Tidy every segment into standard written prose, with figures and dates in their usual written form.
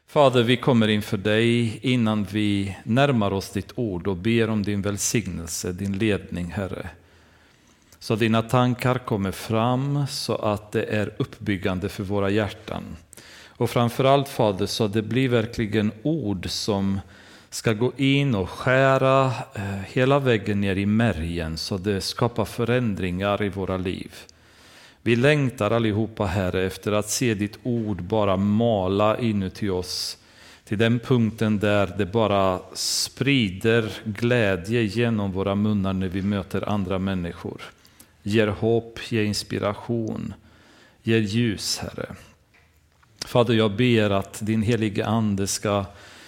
Fader, vi kommer inför dig innan vi närmar oss ditt ord och ber om din välsignelse, din ledning, Herre. Så dina tankar kommer fram så att det är uppbyggande för våra hjärtan. Och framförallt, Fader, så att det blir verkligen ord som ska gå in och skära hela vägen ner i märgen så att det skapar förändringar i våra liv. Vi längtar allihopa, Herre, efter att se ditt ord bara mala inuti oss till den punkten där det bara sprider glädje genom våra munnar när vi möter andra människor. Ger hopp, ger inspiration, ger ljus, Herre. Fader, jag ber att din heliga ande ska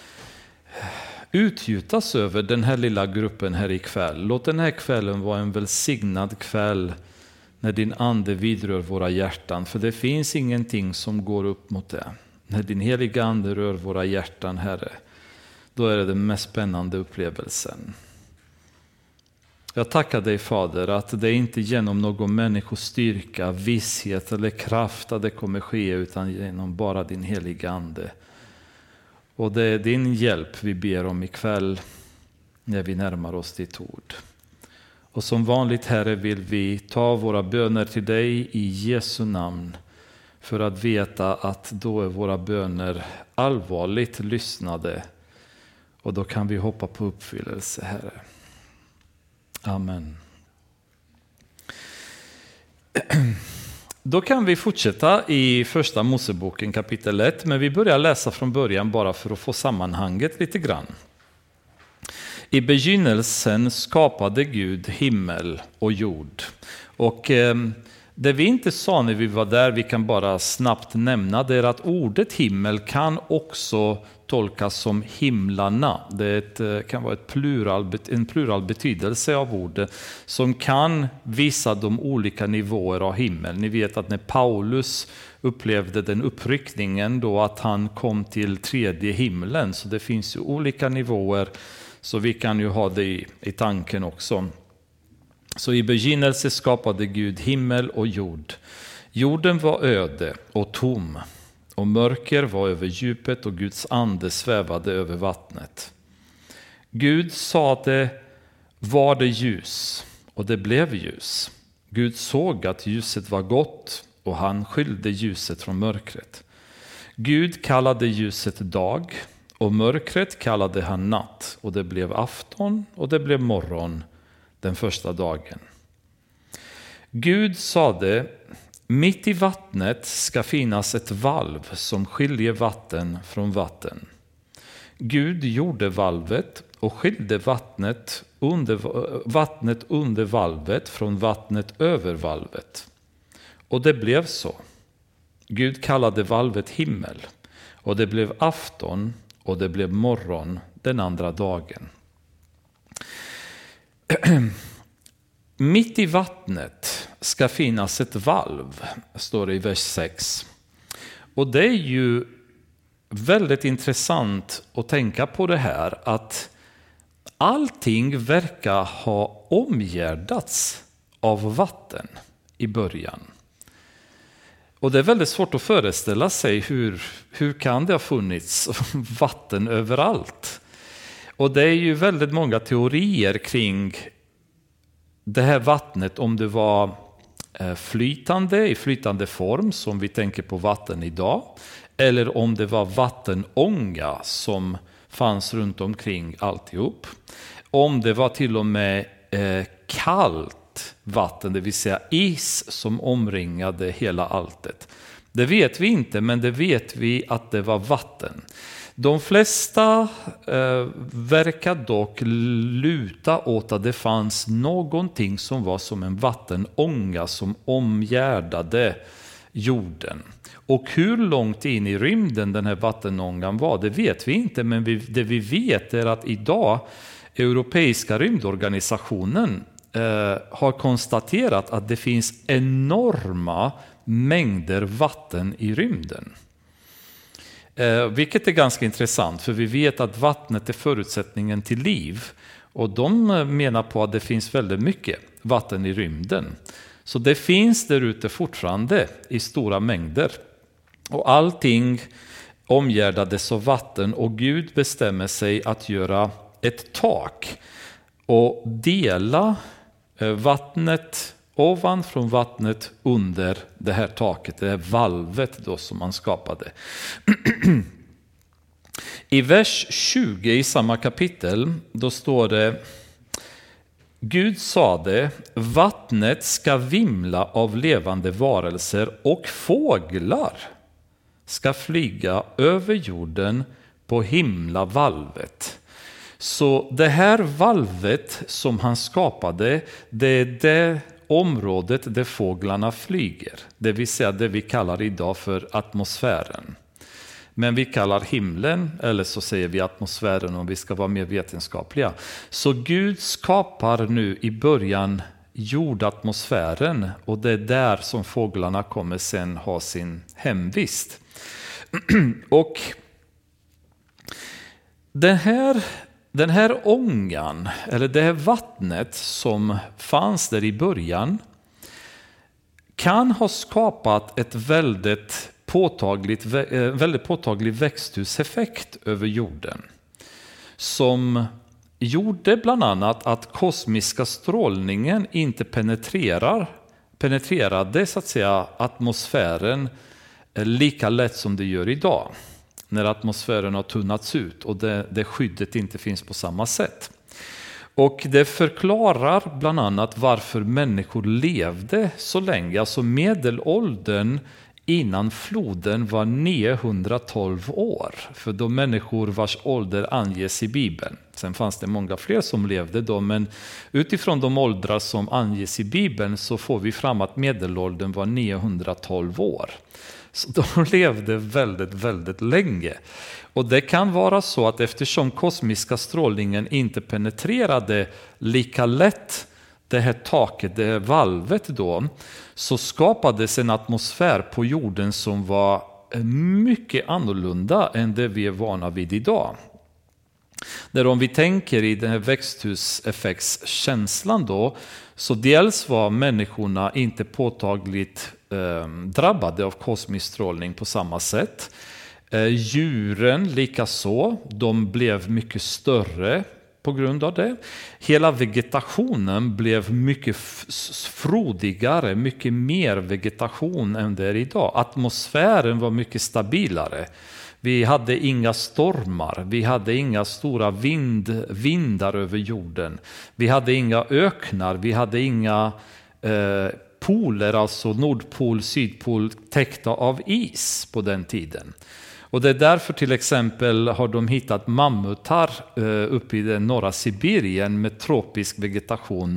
utgjutas över den här lilla gruppen här ikväll. Låt den här kvällen vara en välsignad kväll när din ande vidrör våra hjärtan. För det finns ingenting som går upp mot det. När din heliga ande rör våra hjärtan, Herre, då är det den mest spännande upplevelsen. Jag tackar dig, Fader, att det inte genom någon människostyrka, visshet eller kraft att det kommer ske, utan genom bara din heliga ande. Och det är din hjälp vi ber om ikväll när vi närmar oss ditt ord. Och som vanligt, Herre, vill vi ta våra böner till dig i Jesu namn, för att veta att då är våra böner allvarligt lyssnade, och då kan vi hoppa på uppfyllelse, Herre. Amen. Då kan vi fortsätta i första Moseboken kapitel 1, men vi börjar läsa från början bara för att få sammanhanget lite grann. I begynnelsen skapade Gud himmel och jord. Och det vi inte sa när vi var där, vi kan bara snabbt nämna, det är att ordet himmel kan också tolkas som himlarna. Det kan vara en plural betydelse av ordet som kan visa de olika nivåer av himmel. Ni vet att när Paulus upplevde den uppryckningen då, att han kom till tredje himlen, så det finns ju olika nivåer, så vi kan ju ha det i tanken också. Så i begynnelse skapade Gud himmel och jord. Jorden var öde och tom, och mörker var över djupet, och Guds ande svävade över vattnet. Gud sade, var det ljus, och det blev ljus. Gud såg att ljuset var gott, och han skilde ljuset från mörkret. Gud kallade ljuset dag, och mörkret kallade han natt, och det blev afton och det blev morgon den första dagen. Gud sade, mitt i vattnet ska finnas ett valv som skiljer vatten från vatten. Gud gjorde valvet och skilde vattnet under valvet från vattnet över valvet. Och det blev så. Gud kallade valvet himmel, och det blev afton och det blev morgon den andra dagen. Mitt i vattnet ska finnas ett valv, står det i vers 6. Och det är ju väldigt intressant att tänka på det här, att allting verkar ha omgärdats av vatten i början. Och det är väldigt svårt att föreställa sig hur kan det ha funnits vatten överallt. Och det är ju väldigt många teorier kring det här vattnet, om det var i flytande form som vi tänker på vatten idag, eller om det var vattenånga som fanns runt omkring alltihop. Om det var till och med kallt vatten, det vill säga is som omringade hela alltet. Det vet vi inte, men det vet vi att det var vatten. De flesta verkar dock luta åt att det fanns någonting som var som en vattenånga som omgärdade jorden. Och hur långt in i rymden den här vattenångan var, det vet vi inte, men det vi vet är att idag Europeiska rymdorganisationen har konstaterat att det finns enorma mängder vatten i rymden. Vilket är ganska intressant, för vi vet att vattnet är förutsättningen till liv, och de menar på att det finns väldigt mycket vatten i rymden. Så det finns där ute fortfarande i stora mängder, och allting omgärdades av vatten och Gud bestämmer sig att göra ett tak och dela vattnet ovan från vattnet under det här taket, det här valvet då som man skapade. I vers 20 i samma kapitel då står det: Gud sade, vattnet ska vimla av levande varelser och fåglar ska flyga över jorden på himlavalvet. Så det här valvet som han skapade, det är det området där fåglarna flyger. Det vill säga det vi kallar idag för atmosfären. Men vi kallar himlen, eller så säger vi atmosfären om vi ska vara mer vetenskapliga. Så Gud skapar nu i början jordatmosfären och det är där som fåglarna kommer sen ha sin hemvist. Och den här ångan, eller det här vattnet som fanns där i början kan ha skapat ett väldigt påtaglig växthuseffekt över jorden. Som gjorde bland annat att kosmiska strålningen inte penetrerade så att säga atmosfären lika lätt som det gör idag. När atmosfären har tunnats ut och det skyddet inte finns på samma sätt. Och det förklarar bland annat varför människor levde så länge. Alltså medelåldern innan floden var 912 år. För de människor vars ålder anges i Bibeln. Sen fanns det många fler som levde då, men utifrån de åldrar som anges i Bibeln så får vi fram att medelåldern var 912 år. Så de levde väldigt, väldigt länge. Och det kan vara så att eftersom kosmiska strålningen inte penetrerade lika lätt det här taket, det här valvet då, så skapades en atmosfär på jorden som var mycket annorlunda än det vi är vana vid idag. Där om vi tänker i den här växthuseffektskänslan då, så dels var människorna inte påtagligt drabbade av kosmisk strålning på samma sätt. Djuren likaså, de blev mycket större på grund av det. Hela vegetationen blev mycket frodigare, mycket mer vegetation än det är idag. Atmosfären var mycket stabilare. Vi hade inga stormar, vi hade inga stora vindar över jorden. Vi hade inga öknar, vi hade inga poler, alltså Nordpol, Sydpol, täckta av is på den tiden. Och det är därför till exempel har de hittat mammutar uppe i den norra Sibirien med tropisk vegetation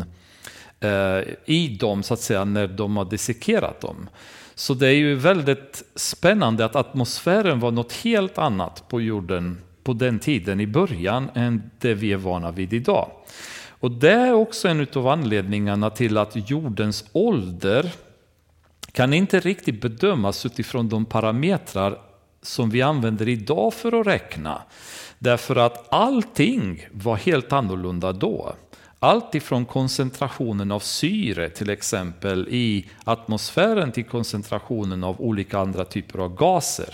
i dem så att säga när de har dissekerat dem. Så det är ju väldigt spännande att atmosfären var något helt annat på jorden på den tiden i början än det vi är vana vid idag. Och det är också en av anledningarna till att jordens ålder kan inte riktigt bedömas utifrån de parametrar som vi använder idag för att räkna. Därför att allting var helt annorlunda då. Allt ifrån koncentrationen av syre till exempel i atmosfären till koncentrationen av olika andra typer av gaser.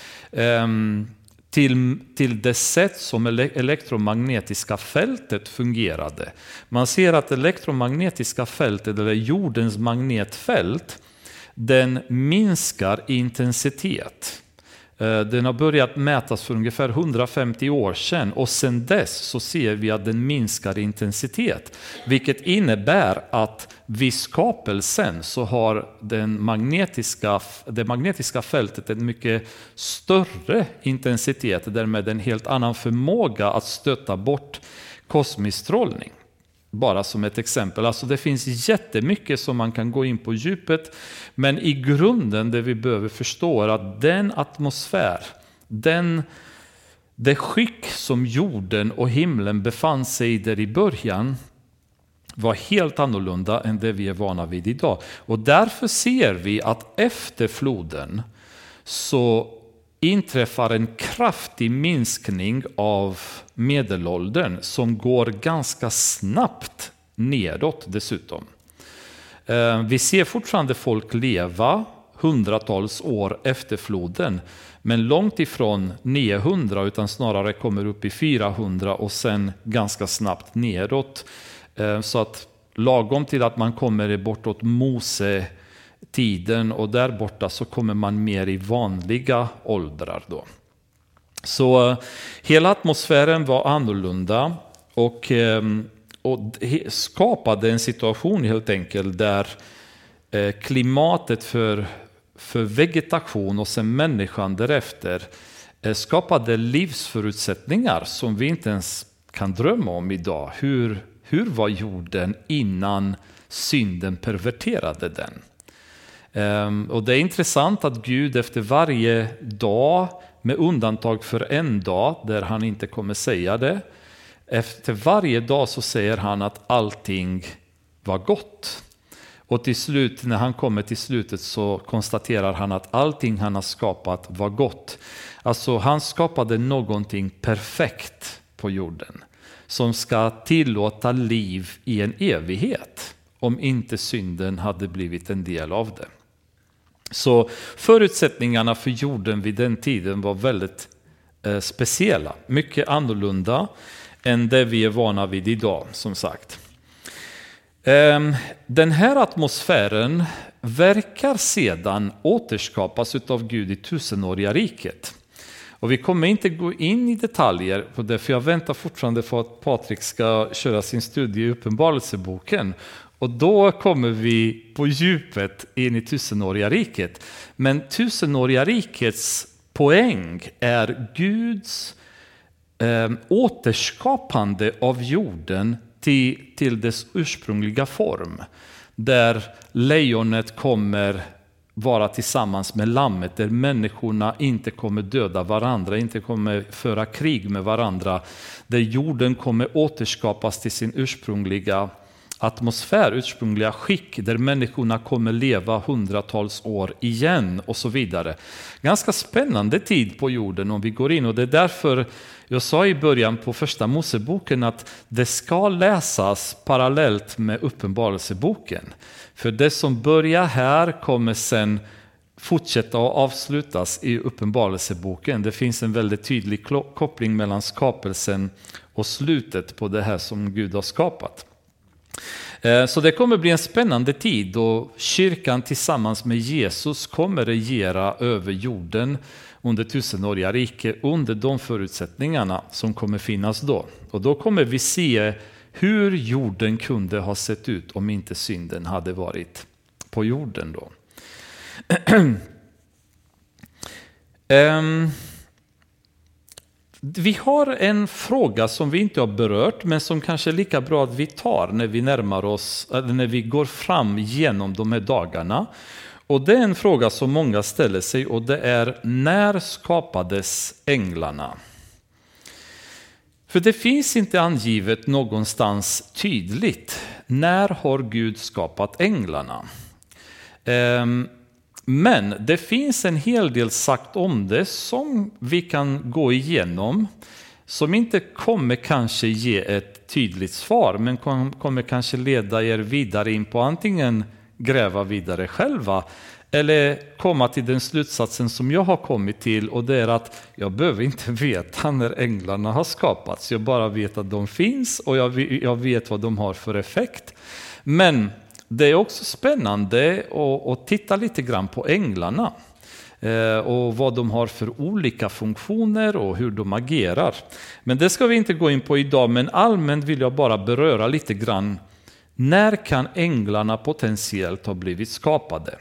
Till det sätt som elektromagnetiska fältet fungerade. Man ser att elektromagnetiska fältet, eller jordens magnetfält, den minskar i intensitet. Den har börjat mätas för ungefär 150 år sedan och sedan dess så ser vi att den minskar i intensitet. Vilket innebär att vid skapelsen så har det magnetiska fältet en mycket större intensitet, därmed en helt annan förmåga att stöta bort kosmisk strålning. Bara som ett exempel. Alltså det finns jättemycket som man kan gå in på djupet. Men i grunden det vi behöver förstå är att den atmosfär, det skick som jorden och himlen befann sig i där i början var helt annorlunda än det vi är vana vid idag. Och därför ser vi att efter floden så inträffar en kraftig minskning av medelåldern som går ganska snabbt nedåt dessutom. Vi ser fortfarande folk leva hundratals år efter floden. Men långt ifrån 900 utan snarare kommer upp i 400 och sen ganska snabbt neråt. Så att lagom till att man kommer bortåt Mose-tiden och där borta så kommer man mer i vanliga åldrar då. Så hela atmosfären var annorlunda och skapade en situation helt enkelt där klimatet för vegetation och sen människan därefter skapade livsförutsättningar som vi inte ens kan drömma om idag. Hur var jorden innan synden perverterade den? Och det är intressant att Gud efter varje dag, med undantag för en dag där han inte kommer säga det, efter varje dag så säger han att allting var gott. Och till slut, när han kommer till slutet så konstaterar han att allting han har skapat var gott. Alltså han skapade någonting perfekt på jorden som ska tillåta liv i en evighet om inte synden hade blivit en del av det. Så förutsättningarna för jorden vid den tiden var väldigt speciella. Mycket annorlunda än det vi är vana vid idag, som sagt. Den här atmosfären verkar sedan återskapas av Gud i tusenåriga riket. Och vi kommer inte gå in i detaljer på det, för jag väntar fortfarande för att Patrik ska köra sin studie i Uppenbarelseboken. Och då kommer vi på djupet in i tusenåriga riket. Men tusenåriga rikets poäng är Guds återskapande av jorden till dess ursprungliga form. Där lejonet kommer vara tillsammans med lammet, där människorna inte kommer döda varandra, inte kommer föra krig med varandra. Där jorden kommer återskapas till sin ursprungliga atmosfär, ursprungliga skick, där människorna kommer leva hundratals år igen och så vidare. Ganska spännande tid på jorden om vi går in, och det är därför jag sa i början på första Moseboken att det ska läsas parallellt med Uppenbarelseboken. För det som börjar här kommer sen fortsätta och avslutas i Uppenbarelseboken. Det finns en väldigt tydlig koppling mellan skapelsen och slutet på det här som Gud har skapat. Så det kommer bli en spännande tid då kyrkan tillsammans med Jesus kommer regera över jorden under tusenåriga rike, under de förutsättningarna som kommer finnas då. Och då kommer vi se hur jorden kunde ha sett ut om inte synden hade varit på jorden då. Vi har en fråga som vi inte har berört, men som kanske är lika bra att vi tar när vi närmar oss, eller när vi går fram genom de här dagarna. Och det är en fråga som många ställer sig, och det är: när skapades änglarna? För det finns inte angivet någonstans tydligt. När har Gud skapat änglarna? Men det finns en hel del sagt om det som vi kan gå igenom, som inte kommer kanske ge ett tydligt svar, men kommer kanske leda er vidare in på antingen gräva vidare själva eller komma till den slutsatsen som jag har kommit till, och det är att jag behöver inte veta när änglarna har skapats. Jag bara vet att de finns och jag vet vad de har för effekt. Men det är också spännande att titta lite grann på änglarna och vad de har för olika funktioner och hur de agerar. Men det ska vi inte gå in på idag, men allmänt vill jag bara beröra lite grann: när kan änglarna potentiellt ha blivit skapade?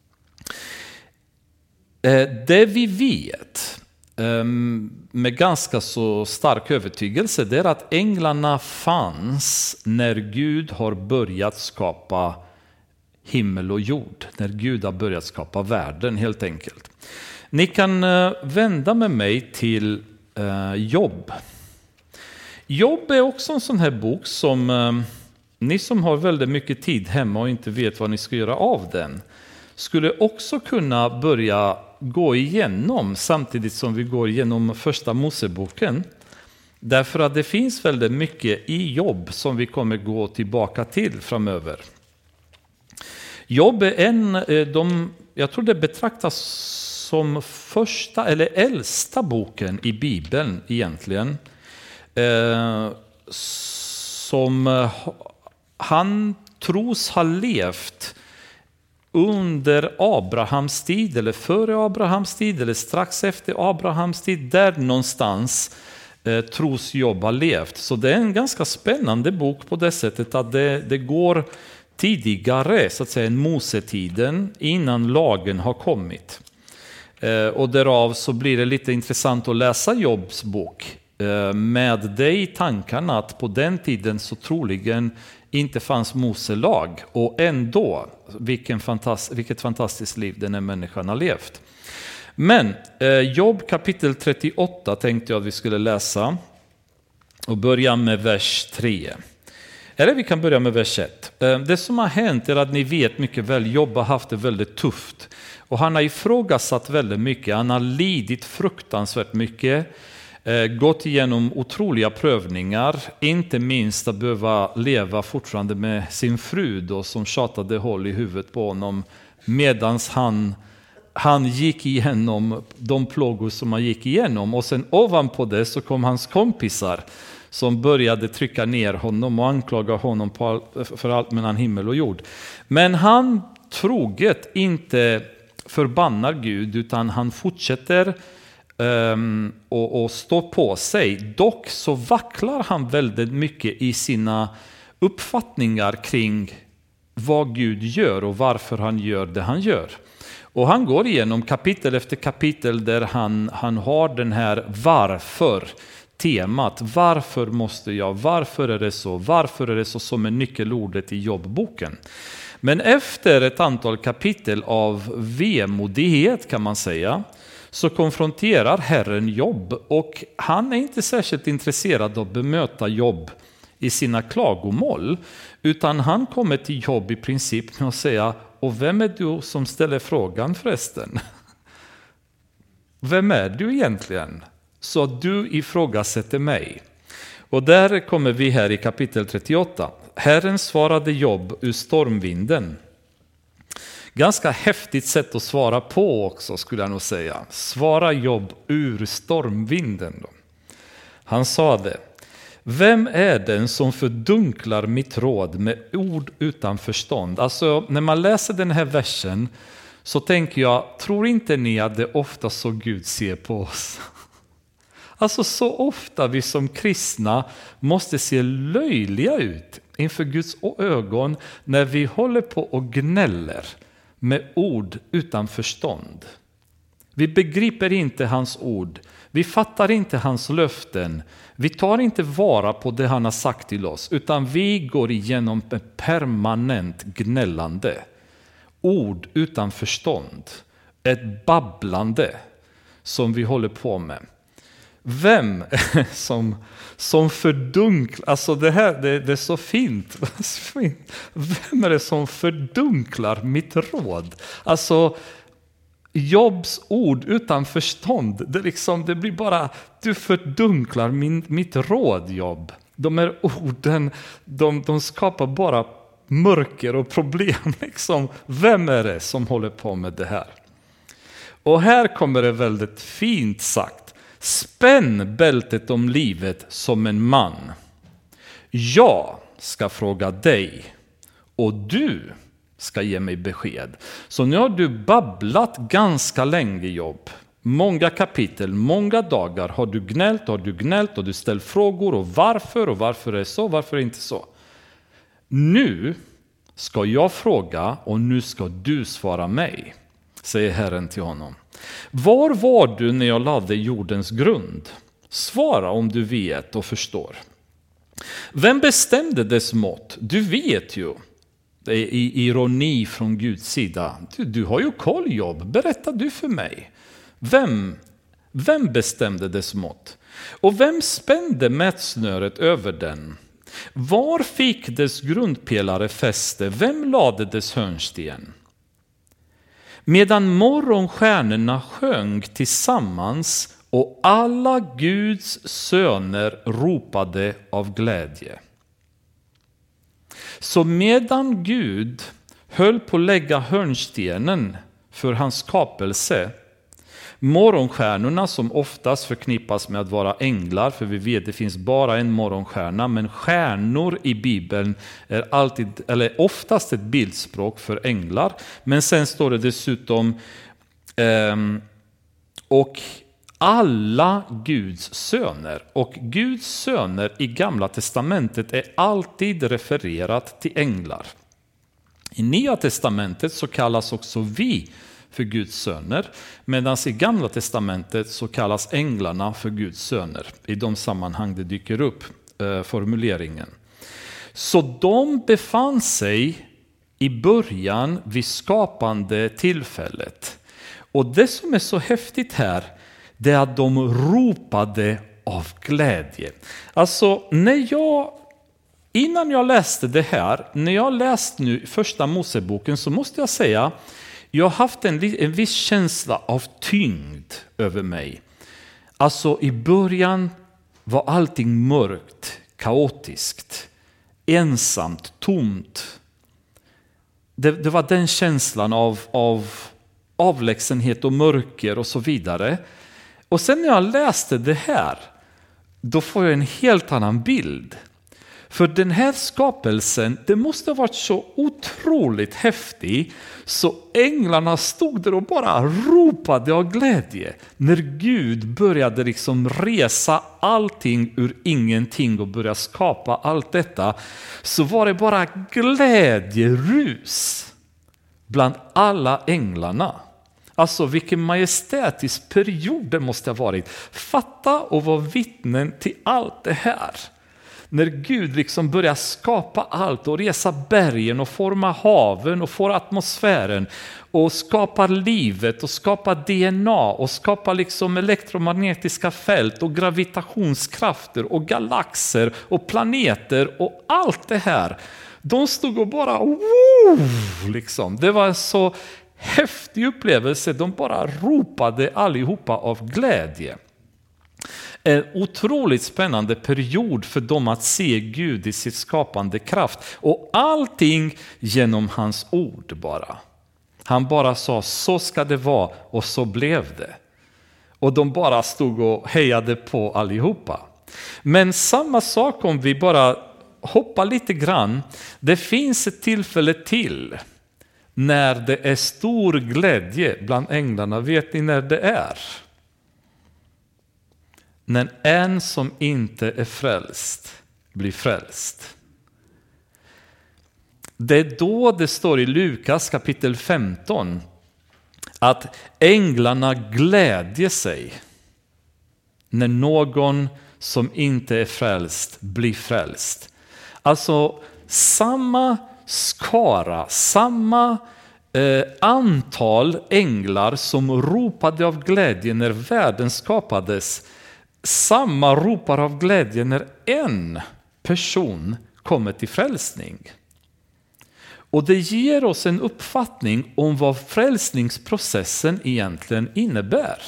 Det vi vet med ganska så stark övertygelse, det är att änglarna fanns när Gud har börjat skapa himmel och jord. När Gud har börjat skapa världen helt enkelt. Ni kan vända med mig till Jobb. Jobb är också en sån här bok som ni som har väldigt mycket tid hemma och inte vet vad ni ska göra av den skulle också kunna börja gå igenom samtidigt som vi går igenom första Moseboken. Därför att det finns väldigt mycket i Jobb som vi kommer gå tillbaka till framöver. Jobb är jag tror det betraktas som första eller äldsta boken i Bibeln egentligen. Som han tros ha levt under Abrahams tid eller före Abrahams tid eller strax efter Abrahams tid. Där någonstans tros Jobb ha levt. Så det är en ganska spännande bok på det sättet att det går tidigare, så att säga, än Mosetiden, innan lagen har kommit. Och därav så blir det lite intressant att läsa Jobbs bok med det i tankarna att på den tiden så troligen inte fanns Moselag, och ändå vilket fantastiskt liv den här människan har levt. Men Jobb kapitel 38 tänkte jag att vi skulle läsa och börja med vers 3. Eller vi kan börja med vers 1. Det som har hänt är att ni vet mycket väl, Jobb har haft det väldigt tufft. Och han har ifrågasatt väldigt mycket, han har lidit fruktansvärt mycket. Gått igenom otroliga prövningar, inte minst att behöva leva fortfarande med sin fru då, som tjatade håll i huvudet på honom medan han gick igenom de plågor som han gick igenom. Och sen ovanpå det så kom hans kompisar som började trycka ner honom och anklaga honom för allt mellan himmel och jord. Men han troget inte förbannar Gud, utan han fortsätter och står på sig. Dock så vacklar han väldigt mycket i sina uppfattningar kring vad Gud gör och varför han gör det han gör. Och han går igenom kapitel efter kapitel där han har den här varför-temat. Varför måste jag? Varför är det så? Varför är det så, som är nyckelordet i Jobbboken. Men efter ett antal kapitel av vemodighet, kan man säga, så konfronterar Herren Jobb, och han är inte särskilt intresserad av att bemöta Jobb i sina klagomål, utan han kommer till Jobb i princip med att säga: och vem är du som ställer frågan förresten? Vem är du egentligen? Så du ifrågasätter mig. Och där kommer vi här i kapitel 38. Herren svarade Jobb ur stormvinden. Ganska häftigt sätt att svara på också, skulle jag nog säga. Svara Jobb ur stormvinden då. Han sa det: vem är den som fördunklar mitt råd med ord utan förstånd? Alltså när man läser den här versen så tänker jag, tror inte ni att det är ofta så Gud ser på oss? Alltså så ofta vi som kristna måste se löjliga ut inför Guds ögon när vi håller på och gnäller med ord utan förstånd. Vi begriper inte hans ord. Vi fattar inte hans löften. Vi tar inte vara på det han har sagt till oss, utan vi går igenom ett permanent gnällande. Ord utan förstånd. Ett babblande som vi håller på med. Vem som fördunklar, alltså det är så fint. Vem är det som fördunklar mitt råd? Alltså Jobbs ord utan förstånd, det blir bara, du fördunklar mitt råd, Jobb. De här orden, de skapar bara mörker och problem. Liksom. Vem är det som håller på med det här? Och här kommer det väldigt fint sagt. Spänn bältet om livet som en man. Jag ska fråga dig och du ska ge mig besked. Så nu har du babblat ganska länge, Jobb. Många kapitel, många dagar har du gnällt och du ställt frågor och varför är det så, varför är det inte så. Nu ska jag fråga och nu ska du svara mig, säger Herren till honom. Var var du när jag lade jordens grund? Svara om du vet och förstår. Vem bestämde dess mått? Du vet ju. Det är ironi från Guds sida. Du har ju koll, Jobb. Berätta du för mig. Vem bestämde dess mått? Och vem spände mätsnöret över den? Var fick dess grundpelare fäste? Vem lade dess hörnsten? Medan morgonstjärnorna sjöng tillsammans och alla Guds söner ropade av glädje. Så medan Gud höll på att lägga hörnstenen för hans skapelse. Morgonstjärnorna som oftast förknippas med att vara änglar, för vi vet att det finns bara en morgonstjärna, men stjärnor i Bibeln är oftast ett bildspråk för änglar. Men sen står det dessutom och alla Guds söner. Och Guds söner i Gamla testamentet är alltid refererat till änglar. I Nya testamentet så kallas också vi för Guds söner, medan i Gamla testamentet så kallas änglarna för Guds söner. I de sammanhang det dyker upp formuleringen. Så de befann sig i början vid skapande tillfället. Och det som är så häftigt här, det är att de ropade av glädje. Alltså innan jag läste det här, när jag läste nu första Moseboken, så måste jag säga, jag har haft en viss känsla av tyngd över mig. Alltså i början var allting mörkt, kaotiskt, ensamt, tomt. Det var den känslan av avlägsenhet och mörker och så vidare. Och sen när jag läste det här, då får jag en helt annan bild. För den här skapelsen, det måste ha varit så otroligt häftig, så änglarna stod där och bara ropade av glädje. När Gud började liksom resa allting ur ingenting och börja skapa allt detta, så var det bara glädjerus bland alla änglarna. Alltså vilken majestätisk period det måste ha varit. Fatta och vara vittnen till allt det här. När Gud liksom börjar skapa allt och resa bergen och forma haven och få atmosfären och skapa livet och skapa DNA och skapa liksom elektromagnetiska fält och gravitationskrafter och galaxer och planeter och allt det här. De stod och bara liksom. Det var så häftig upplevelse. De bara ropade allihopa av glädje. En otroligt spännande period för dem att se Gud i sitt skapande kraft. Och allting genom hans ord bara. Han bara sa, så ska det vara, och så blev det. Och de bara stod och hejade på allihopa. Men samma sak om vi bara hoppar lite grann. Det finns ett tillfälle till när det är stor glädje bland änglarna. Vet ni när det är? När en som inte är frälst blir frälst. Det är då det står i Lukas kapitel 15 att änglarna glädjer sig när någon som inte är frälst blir frälst. Alltså samma skara, samma antal änglar som ropade av glädje när världen skapades, samma ropar av glädje när en person kommer till frälsning. Och det ger oss en uppfattning om vad frälsningsprocessen egentligen innebär.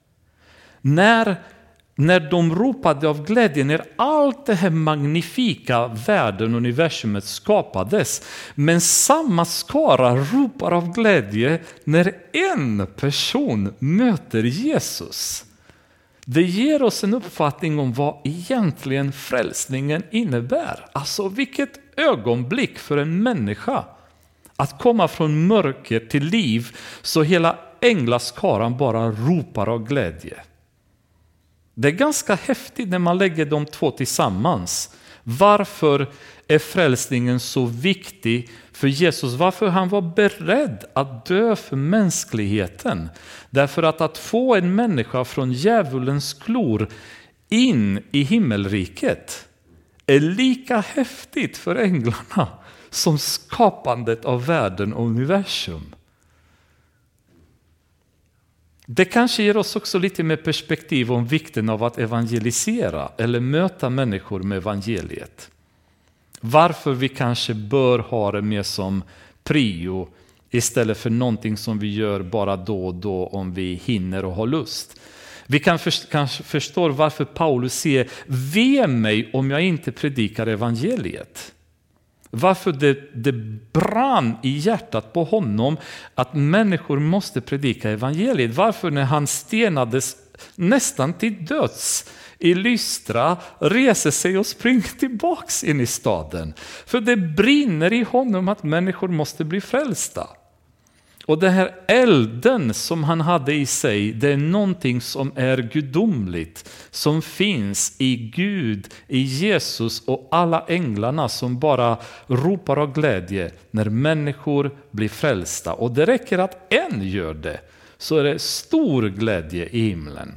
När de ropade av glädje, när allt det här magnifika världen och universumet skapades, men samma skara ropar av glädje när en person möter Jesus. Det ger oss en uppfattning om vad egentligen frälsningen innebär. Alltså vilket ögonblick för en människa att komma från mörker till liv, så hela änglaskaran bara ropar av glädje. Det är ganska häftigt när man lägger de två tillsammans. Varför är frälsningen så viktig för Jesus? Varför han var beredd att dö för mänskligheten? Därför att få en människa från djävulens klor in i himmelriket är lika häftigt för änglarna som skapandet av världen och universum. Det kanske ger oss också lite mer perspektiv om vikten av att evangelisera eller möta människor med evangeliet. Varför vi kanske bör ha det mer som prio istället för någonting som vi gör bara då och då om vi hinner och har lust. Vi kanske förstår varför Paulus säger, ve mig om jag inte predikar evangeliet. Varför det brann i hjärtat på honom att människor måste predika evangeliet. Varför när han stenades nästan till döds i Lystra reser sig och springer tillbaks in i staden. För det brinner i honom att människor måste bli frälsta. Och den här elden som han hade i sig, det är någonting som är gudomligt, som finns i Gud, i Jesus och alla änglarna som bara ropar av glädje när människor blir frälsta. Och det räcker att en gör det, så är det stor glädje i himlen.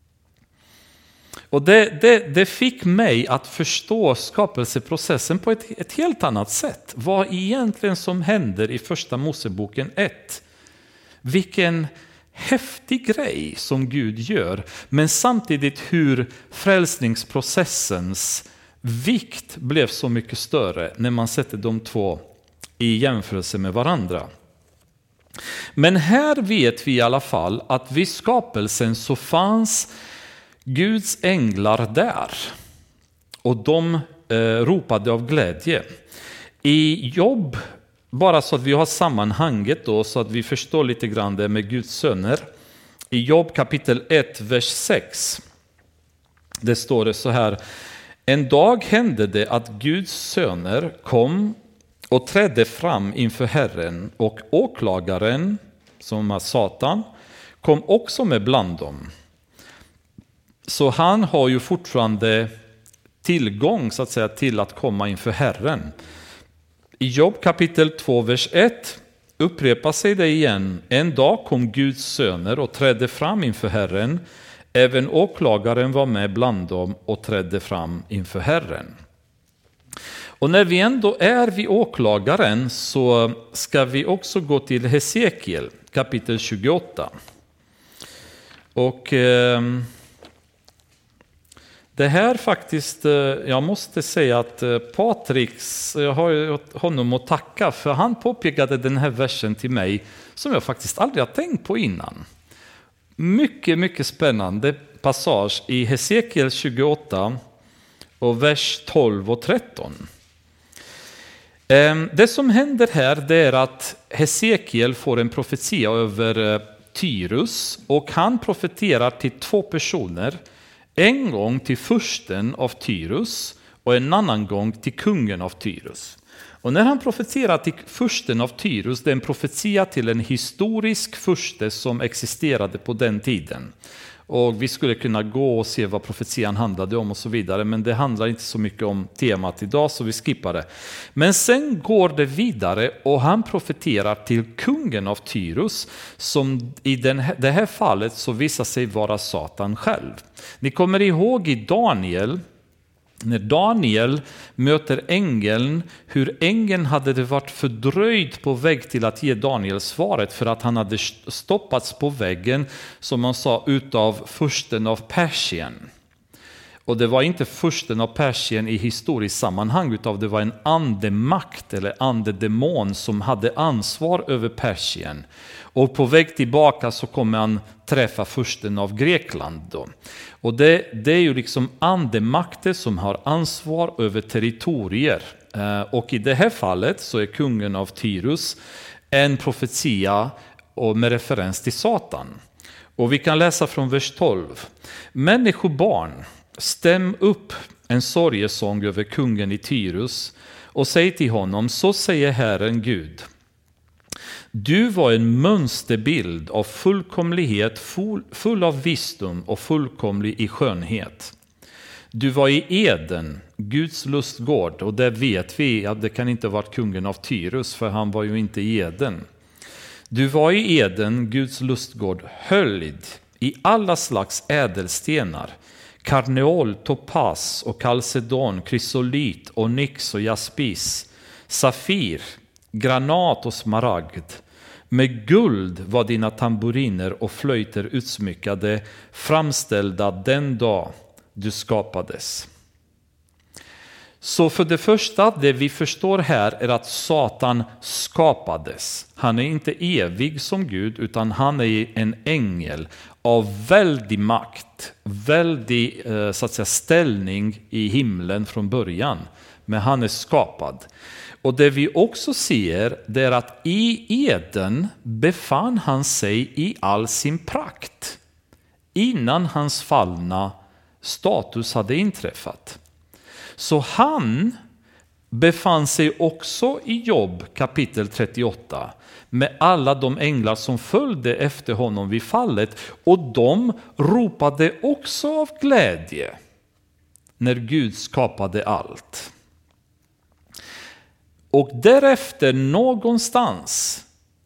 Och det fick mig att förstå skapelseprocessen på ett helt annat sätt. Vad egentligen som händer i första Moseboken 1. Vilken häftig grej som Gud gör. Men samtidigt hur frälsningsprocessens vikt blev så mycket större när man sätter de två i jämförelse med varandra. Men här vet vi i alla fall att vid skapelsen så fanns Guds änglar där och de ropade av glädje. I Jobb, bara så att vi har sammanhanget då, så att vi förstår lite grann det med Guds söner. I Jobb kapitel 1, vers 6, det står det så här: en dag hände det att Guds söner kom och trädde fram inför Herren, och åklagaren, som var Satan, kom också med bland dem. Så han har ju fortfarande tillgång så att säga till att komma inför Herren. I Jobb kapitel 2 vers 1 upprepar sig det igen. En dag kom Guds söner och trädde fram inför Herren. Även åklagaren var med bland dem och trädde fram inför Herren. Och när vi ändå är vid åklagaren så ska vi också gå till Hesekiel kapitel 28. Och det här faktiskt, jag måste säga att Patriks, jag har honom att tacka, för han påpekade den här versen till mig som jag faktiskt aldrig har tänkt på innan. Mycket, mycket spännande passage i Hesekiel 28 och vers 12 och 13. Det som händer här, det är att Hesekiel får en profetia över Tyrus, och han profeterar till två personer. En gång till fursten av Tyrus och en annan gång till kungen av Tyrus. Och när han profeterar till fursten av Tyrus, det är en profetia till en historisk furste som existerade på den tiden. Och vi skulle kunna gå och se vad profetian handlade om och så vidare, men det handlar inte så mycket om temat idag, så vi skippar det. Men sen går det vidare och han profeterar till kungen av Tyrus, som i det här fallet så visar sig vara Satan själv. Ni kommer ihåg i Daniel, när Daniel möter ängeln, hur ängeln hade varit fördröjd på väg till att ge Daniel svaret för att han hade stoppats på väggen, som man sa, utav fursten av Persien. Och det var inte fursten av Persien i historiskt sammanhang, utan det var en andemakt eller andedemon som hade ansvar över Persien. Och på väg tillbaka så kommer han träffa fursten av Grekland då. Och det är ju liksom andemakter som har ansvar över territorier. Och i det här fallet så är kungen av Tyrus en profetia och med referens till Satan. Och vi kan läsa från vers 12. Människobarn, stäm upp en sorgesång över kungen i Tyrus och säg till honom: så säger Herren Gud. Du var en mönsterbild av fullkomlighet, full av visdom och fullkomlig i skönhet. Du var i Eden, Guds lustgård, och där vet vi att det kan inte ha varit kungen av Tyrus, för han var ju inte i Eden. Du var i Eden, Guds lustgård, höljd i alla slags ädelstenar, karneol, topas och kalcedon, krysolit, onyx och jaspis, safir, granat och smaragd. Med guld var dina tamburiner och flöjter utsmyckade, framställda den dag du skapades. Så för det första, det vi förstår här är att Satan skapades. Han är inte evig som Gud, utan han är en ängel av väldig makt, väldig så att säga, ställning i himlen från början. men han är skapad. Och det vi också ser, det är att i Eden befann han sig i all sin prakt innan hans fallna status hade inträffat. Så han befann sig också i Jobb kapitel 38 med alla de änglar som följde efter honom vid fallet, och de ropade också av glädje när Gud skapade allt. Och därefter någonstans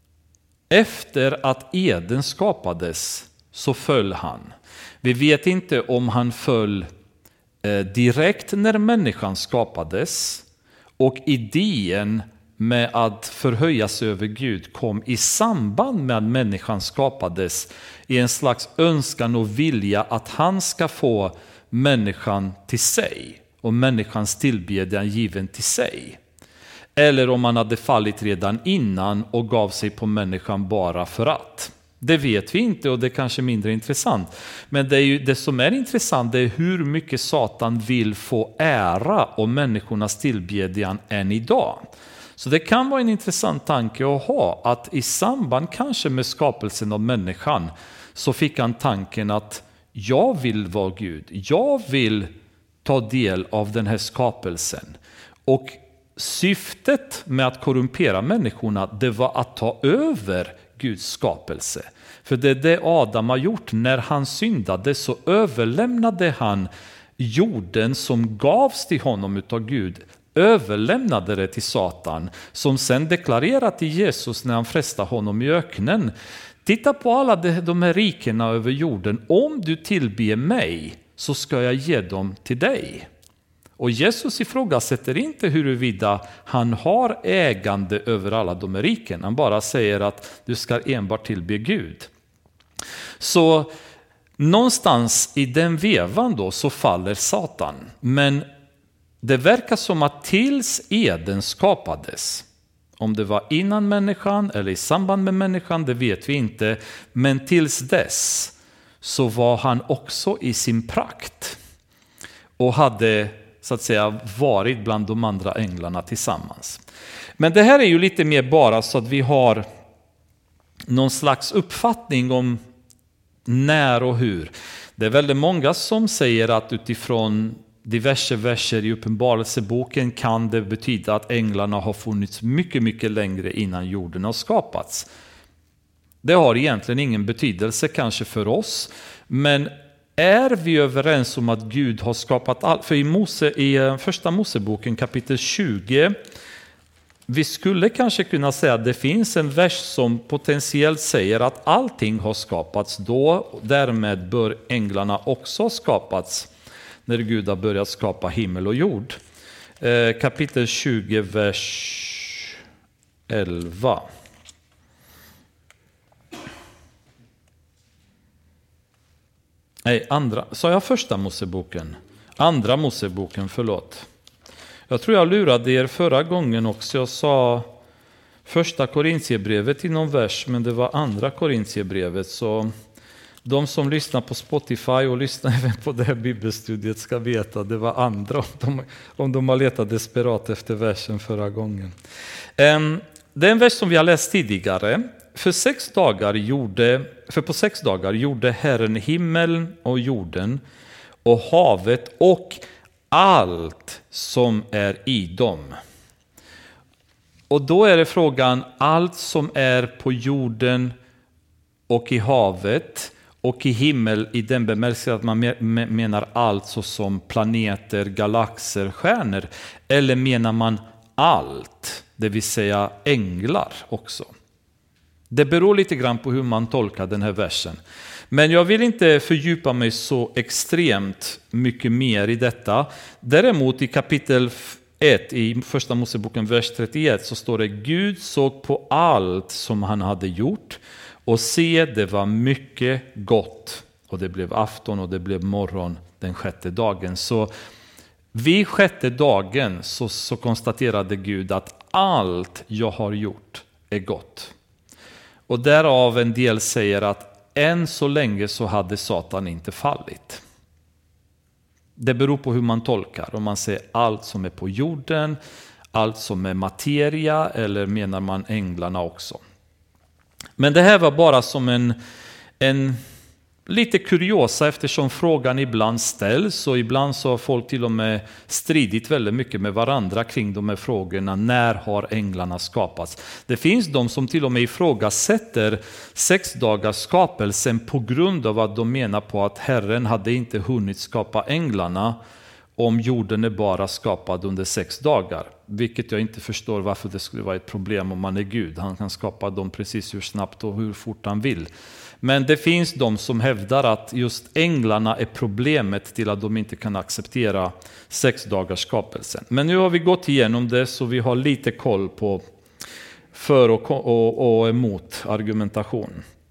efter att Eden skapades så föll han. Vi vet inte om han föll direkt när människan skapades, och idén med att förhöjas över Gud kom i samband med att människan skapades, i en slags önskan och vilja att han ska få människan till sig och människans tillbedjan given till sig. Eller om han hade fallit redan innan och gav sig på människan bara för att. Det vet vi inte, och det är kanske mindre intressant. Men det som är intressant, det är hur mycket Satan vill få ära och människornas tillbedjan än idag. Så det kan vara en intressant tanke att ha, att i samband kanske med skapelsen av människan så fick han tanken att jag vill vara Gud. Jag vill ta del av den här skapelsen. Och syftet med att korrumpera människorna, det var att ta över Guds skapelse. För det är det Adam har gjort. När han syndade så överlämnade han jorden som gavs till honom utav Gud, överlämnade det till Satan, som sen deklarerat till Jesus när han frestade honom i öknen: titta på alla de här rikena över jorden, om du tillber mig så ska jag ge dem till dig. Och Jesus ifrågasätter inte huruvida han har ägande över alla de här riken. Han bara säger att du ska enbart tillbe Gud. Så någonstans i den vevan då så faller Satan. Men det verkar som att tills Eden skapades, om det var innan människan eller i samband med människan, det vet vi inte. Men tills dess så var han också i sin prakt och hade så att säga varit bland de andra änglarna tillsammans. Men det här är ju lite mer bara så att vi har någon slags uppfattning om när och hur. Det är väldigt många som säger att utifrån diverse verser i Uppenbarelseboken kan det betyda att änglarna har funnits mycket, mycket längre innan jorden har skapats. Det har egentligen ingen betydelse kanske för oss, men är vi överens om att Gud har skapat allt? För i första Moseboken kapitel 20, vi skulle kanske kunna säga att det finns en vers som potentiellt säger att allting har skapats då, därmed bör änglarna också ha skapats när Gud har börjat skapa himmel och jord. Kapitel 20, vers 11. Nej, sa jag första Moseboken? Andra Moseboken, förlåt. Jag tror jag lurade er förra gången också. Jag sa första Korintierbrevet i någon vers, men det var andra Korintierbrevet. Så de som lyssnar på Spotify och lyssnar även på det här bibelstudiet ska veta att det var andra, om de har letat desperat efter versen förra gången. Det är en vers som vi har läst tidigare. För på 6 dagar gjorde Herren himmeln och jorden och havet och allt som är i dem. Och då är det frågan, allt som är på jorden och i havet och i himmel, i den bemärkelsen att man menar allt såsom planeter, galaxer, stjärnor, eller menar man allt, det vill säga änglar också? Det beror lite grann på hur man tolkar den här versen. Men jag vill inte fördjupa mig så extremt mycket mer i detta. Däremot i kapitel 1 i första Moseboken vers 31 så står det: Gud såg på allt som han hade gjort och se, det var mycket gott. Och det blev afton och det blev morgon den 6:e dagen. Så vid 6:e dagen så konstaterade Gud att allt jag har gjort är gott. Och därav en del säger att än så länge så hade Satan inte fallit. Det beror på hur man tolkar. Om man säger allt som är på jorden, allt som är materia, eller menar man änglarna också. Men det här var bara som en lite kuriosa, eftersom frågan ibland ställs och ibland så har folk till och med stridit väldigt mycket med varandra kring de här frågorna. När har änglarna skapats? Det finns de som till och med ifrågasätter 6 dagars skapelsen på grund av att de menar på att Herren hade inte hunnit skapa änglarna om jorden är bara skapad under 6 dagar. Vilket jag inte förstår varför det skulle vara ett problem om man är Gud. Han kan skapa dem precis hur snabbt och hur fort han vill. Men det finns de som hävdar att just änglarna är problemet till att de inte kan acceptera 6 dagars skapelsen. Men nu har vi gått igenom det så vi har lite koll på för och emot argumentation.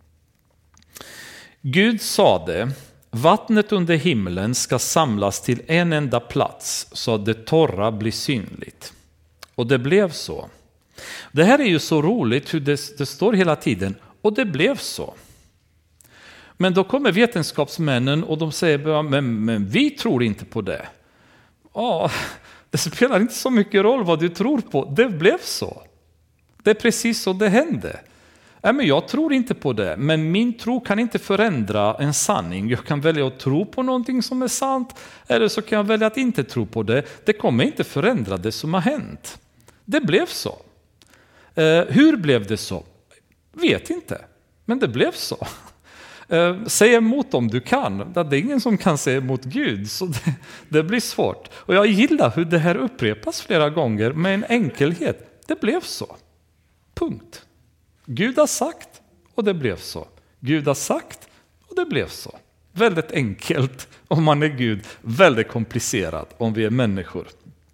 Gud sade: vattnet under himlen ska samlas till en enda plats så att det torra blir synligt. Och det blev så. Det här är ju så roligt hur det står hela tiden. Och det blev så. Men då kommer vetenskapsmännen och de säger: men vi tror inte på det. Ja, det spelar inte så mycket roll vad du tror på. Det blev så. Det är precis så det hände. Men jag tror inte på det, men min tro kan inte förändra en sanning. Jag kan välja att tro på någonting som är sant, eller så kan jag välja att inte tro på det. Det kommer inte förändra det som har hänt. Det blev så. Hur blev det så? Vet inte, men det blev så. Säg emot om du kan. Det är ingen som kan säga emot Gud, så det blir svårt. Och jag gillar hur det här upprepas flera gånger med en enkelhet. Det blev så. Punkt. Gud har sagt och det blev så. Gud har sagt och det blev så. Väldigt enkelt om man är Gud. Väldigt komplicerat om vi är människor.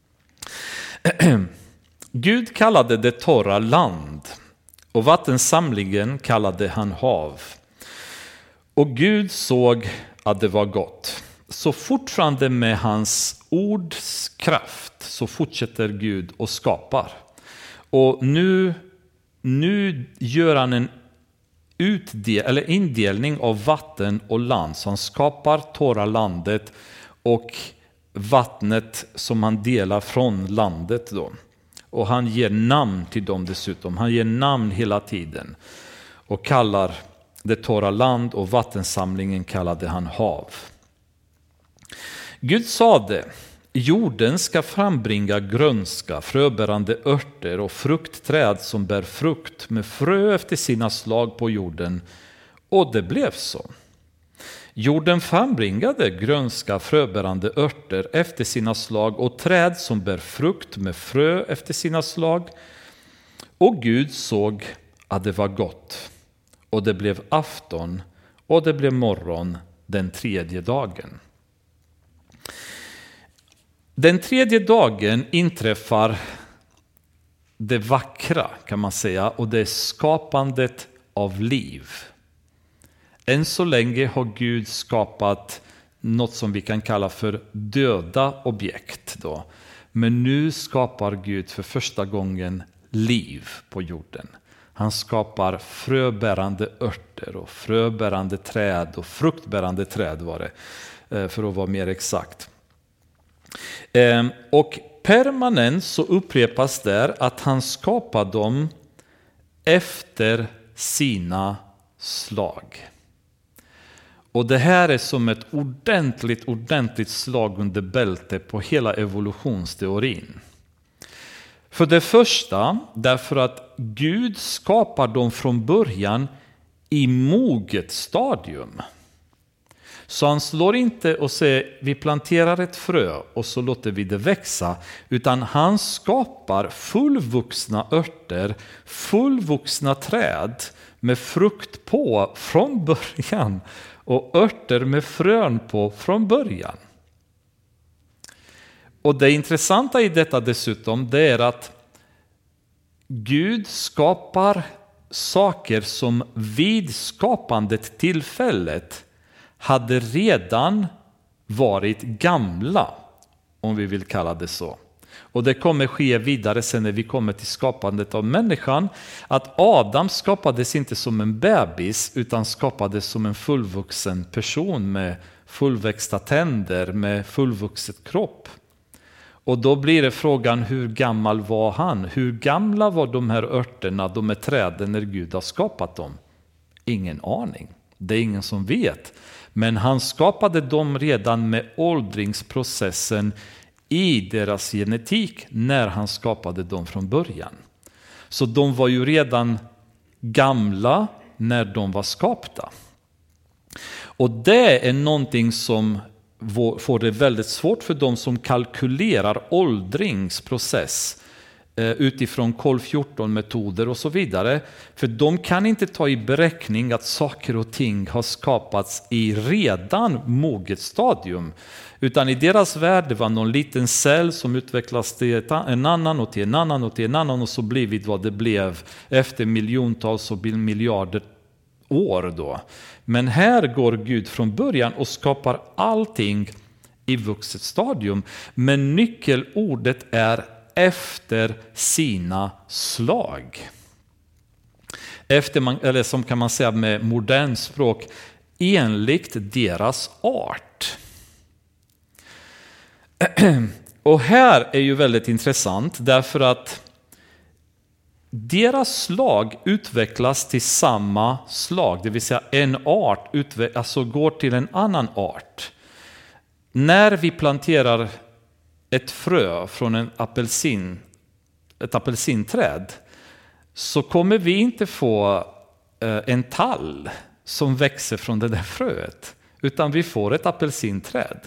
Gud kallade det torra land och vattensamlingen kallade han hav. Och Gud såg att det var gott. Så fortfarande med hans ords kraft så fortsätter Gud och skapar. Och nu gör han en indelning av vatten och land. Så han skapar torra landet och vattnet som han delar från landet då. Och han ger namn till dem dessutom. Han ger namn hela tiden. Och kallar det torra land och vattensamlingen kallade han hav. Gud sade: jorden ska frambringa grönska, fröbärande örter och fruktträd som bär frukt med frö efter sina slag på jorden. Och det blev så. Jorden frambringade grönska, fröbärande örter efter sina slag och träd som bär frukt med frö efter sina slag. Och Gud såg att det var gott. Och det blev afton och det blev morgon den 3:e dagen. Den 3:e dagen inträffar det vackra, kan man säga, och det är skapandet av liv. Än så länge har Gud skapat något som vi kan kalla för döda objekt då. Men nu skapar Gud för första gången liv på jorden. Han skapar fröbärande örter och fröbärande träd och fruktbärande träd var det, för att vara mer exakt. Och permanent så upprepas där att han skapar dem efter sina slag. Och det här är som ett ordentligt slag under bälte på hela evolutionsteorin. För det första, därför att Gud skapar dem från början i moget stadium. Så han slår inte och säger: vi planterar ett frö och så låter vi det växa. Utan han skapar fullvuxna örter, fullvuxna träd med frukt på från början. Och örter med frön på från början. Och det intressanta i detta dessutom, det är att Gud skapar saker som vid skapandet tillfället hade redan varit gamla, om vi vill kalla det så. Och det kommer ske vidare sen när vi kommer till skapandet av människan, att Adam skapades inte som en bebis utan skapades som en fullvuxen person med fullväxta tänder med fullvuxet kropp. Och då blir det frågan, hur gammal var han? Hur gamla var de här örterna, de här träden, när Gud har skapat dem? Ingen aning. Det är ingen som vet. Men han skapade dem redan med åldringsprocessen i deras genetik när han skapade dem från början. Så de var ju redan gamla när de var skapta. Och det är någonting som får det väldigt svårt för de som kalkylerar åldringsprocess utifrån kol-14-metoder och så vidare. För de kan inte ta i beräkning att saker och ting har skapats i redan moget stadium. Utan i deras värld, det var någon liten cell som utvecklas till en annan och till en annan och till en annan, och så blivit vad det blev efter miljontals och miljarder år då. Men här går Gud från början och skapar allting i vuxet stadium. Men nyckelordet är efter sina slag. Eller som kan man säga med modern språk, enligt deras art. Och här är ju väldigt intressant därför att deras slag utvecklas till samma slag, det vill säga en art alltså går till en annan art. När vi planterar ett frö från ett apelsinträd så kommer vi inte få en tall som växer från det där fröet, utan vi får ett apelsinträd.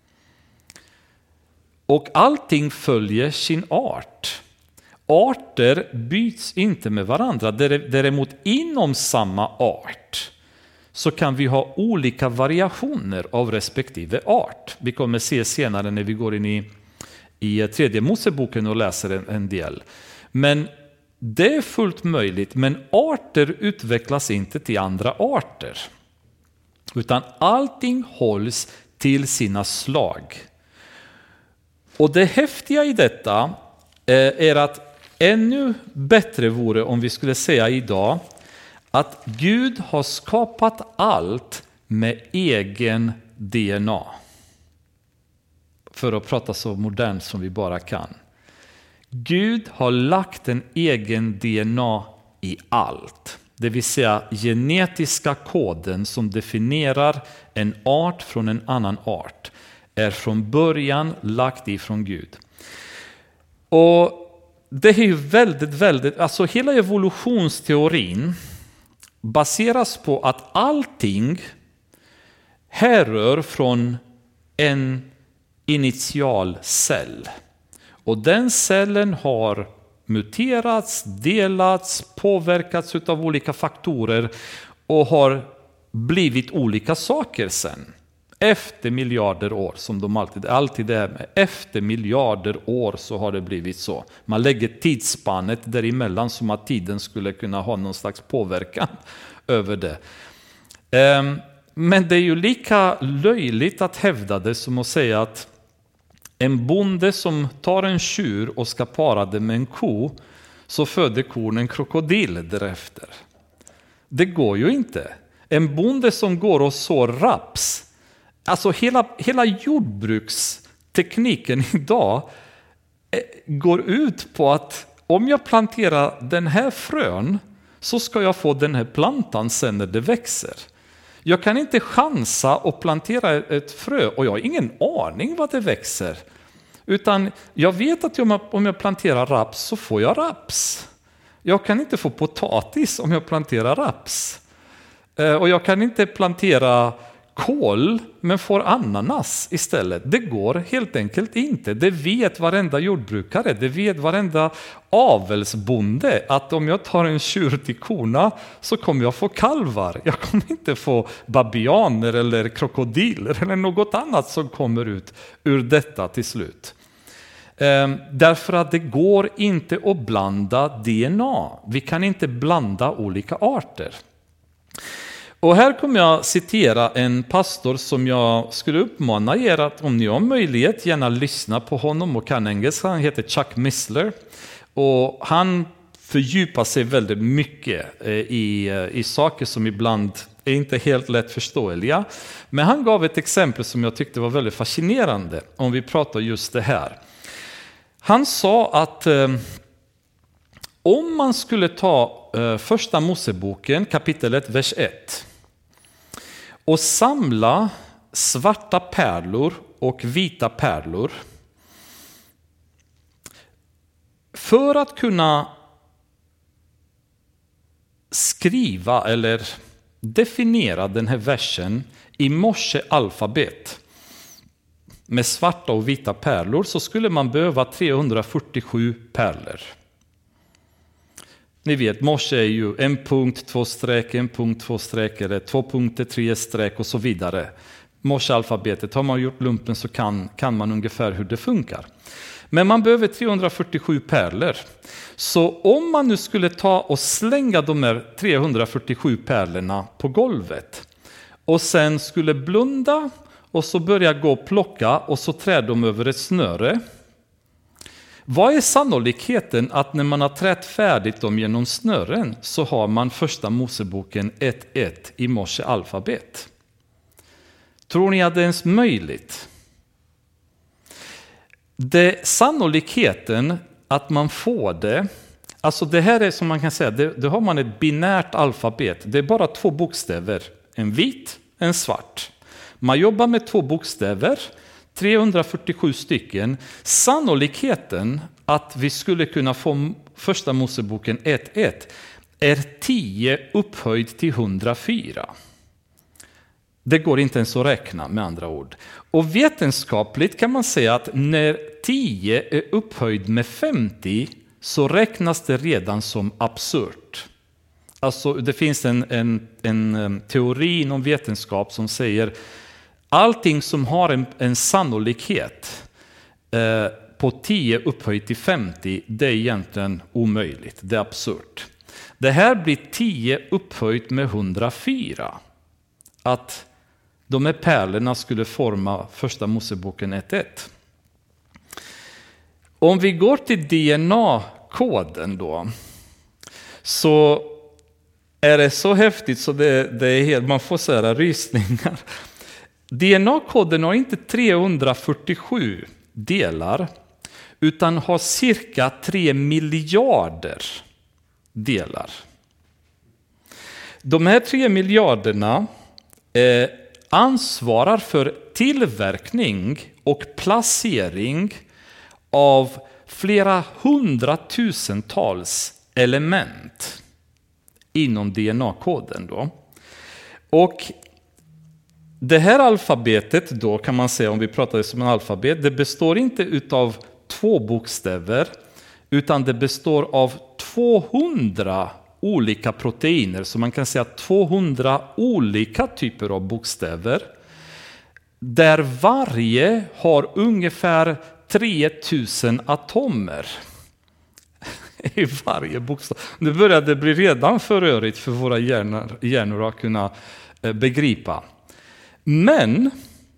Och allting följer sin art. Arter byts inte med varandra. Däremot inom samma art så kan vi ha olika variationer av respektive art. Vi kommer se senare när vi går in i tredje Moseboken och läser en del. Men det är fullt möjligt, men arter utvecklas inte till andra arter. Utan allting hålls till sina slag. Och det häftiga i detta är att ännu bättre vore om vi skulle säga idag att Gud har skapat allt med egen DNA. För att prata så modernt som vi bara kan. Gud har lagt en egen DNA i allt. Det vill säga genetiska koden som definierar en art från en annan art är från början lagt ifrån Gud. Och det är ju väldigt, alltså hela evolutionsteorin baseras på att allting härrör från en initial cell. Och den cellen har muterats, delats, påverkats av olika faktorer och har blivit olika saker sen. Efter miljarder år, som de alltid är med. Efter miljarder år så har det blivit så. Man lägger tidsspannet däremellan som att tiden skulle kunna ha någon slags påverkan över det. Men det är ju lika löjligt att hävda det som att säga att en bonde som tar en tjur och ska para det med en ko, så föder kon en krokodil därefter. Det går ju inte. En bonde som går och sår raps, alltså hela jordbrukstekniken idag går ut på att om jag planterar den här frön så ska jag få den här plantan sen när det växer. Jag kan inte chansa och plantera ett frö och jag har ingen aning vad det växer. Utan jag vet att om jag planterar raps så får jag raps. Jag kan inte få potatis om jag planterar raps. Och jag kan inte plantera kål men får ananas istället. Det går helt enkelt inte. Det vet varenda jordbrukare. Det vet varenda avelsbonde att om jag tar en tjur till korna så kommer jag få kalvar. Jag kommer inte få babianer eller krokodiler eller något annat som kommer ut ur detta till slut. Därför att det går inte att blanda DNA. Vi kan inte blanda olika arter. Och här kommer jag citera en pastor som jag skulle uppmana er att om ni har möjlighet gärna lyssna på honom och kan engelska. Han heter Chuck Missler och han fördjupar sig väldigt mycket i saker som ibland är inte helt lätt förståeliga. Men han gav ett exempel som jag tyckte var väldigt fascinerande om vi pratar just det här. Han sa att om man skulle ta första Moseboken, kapitel 1, vers 1 och samla svarta pärlor och vita pärlor för att kunna skriva eller definiera den här versen i Moshe alfabet med svarta och vita pärlor, så skulle man behöva 347 pärlor. Ni vet, Moshe är ju en punkt, 2 streck, en punkt, 2 streck, eller 2 punkter, 3 streck och så vidare. Moshe alfabetet, har man gjort lumpen så kan man ungefär hur det funkar. Men man behöver 347 pärlor. Så om man nu skulle ta och slänga de här 347 pärlorna på golvet och sen skulle blunda och så börja gå och plocka och så trär de över ett snöre. Vad är sannolikheten att när man har trätt färdigt dem genom snören så har man första Moseboken 1.1 i Moshe alfabet? Tror ni att det är ens möjligt? Det sannolikheten att man får det, alltså det här är som man kan säga, det har man ett binärt alfabet. Det är bara 2 bokstäver, en vit, en svart. Man jobbar med 2 bokstäver, 347 stycken. Sannolikheten att vi skulle kunna få första Moseboken 1.1 är 10 upphöjt till 104. Det går inte ens att räkna med andra ord. Och vetenskapligt kan man säga att när 10 är upphöjd med 50 så räknas det redan som absurt. Alltså det finns en teori inom vetenskap som säger allting som har en sannolikhet på 10 upphöjt till 50, det är egentligen omöjligt. Det är absurt. Det här blir 10 upphöjt med 104. Att de här pärlorna skulle forma första Moseboken 1.1. Om vi går till DNA-koden då, så är det så häftigt så det är helt, man får så här rysningar. DNA-koden har inte 347 delar utan har cirka 3 miljarder delar. De här 3 miljarderna ansvarar för tillverkning och placering av flera hundratusentals element inom DNA-koden då. Och det här alfabetet då kan man säga, om vi pratar som en alfabet, det består inte utav 2 bokstäver utan det består av 200 olika proteiner, så man kan säga 200 olika typer av bokstäver där varje har ungefär 3000 atomer i varje bokstav. Nu börjar det bli redan för rörigt för våra hjärnor att kunna begripa. Men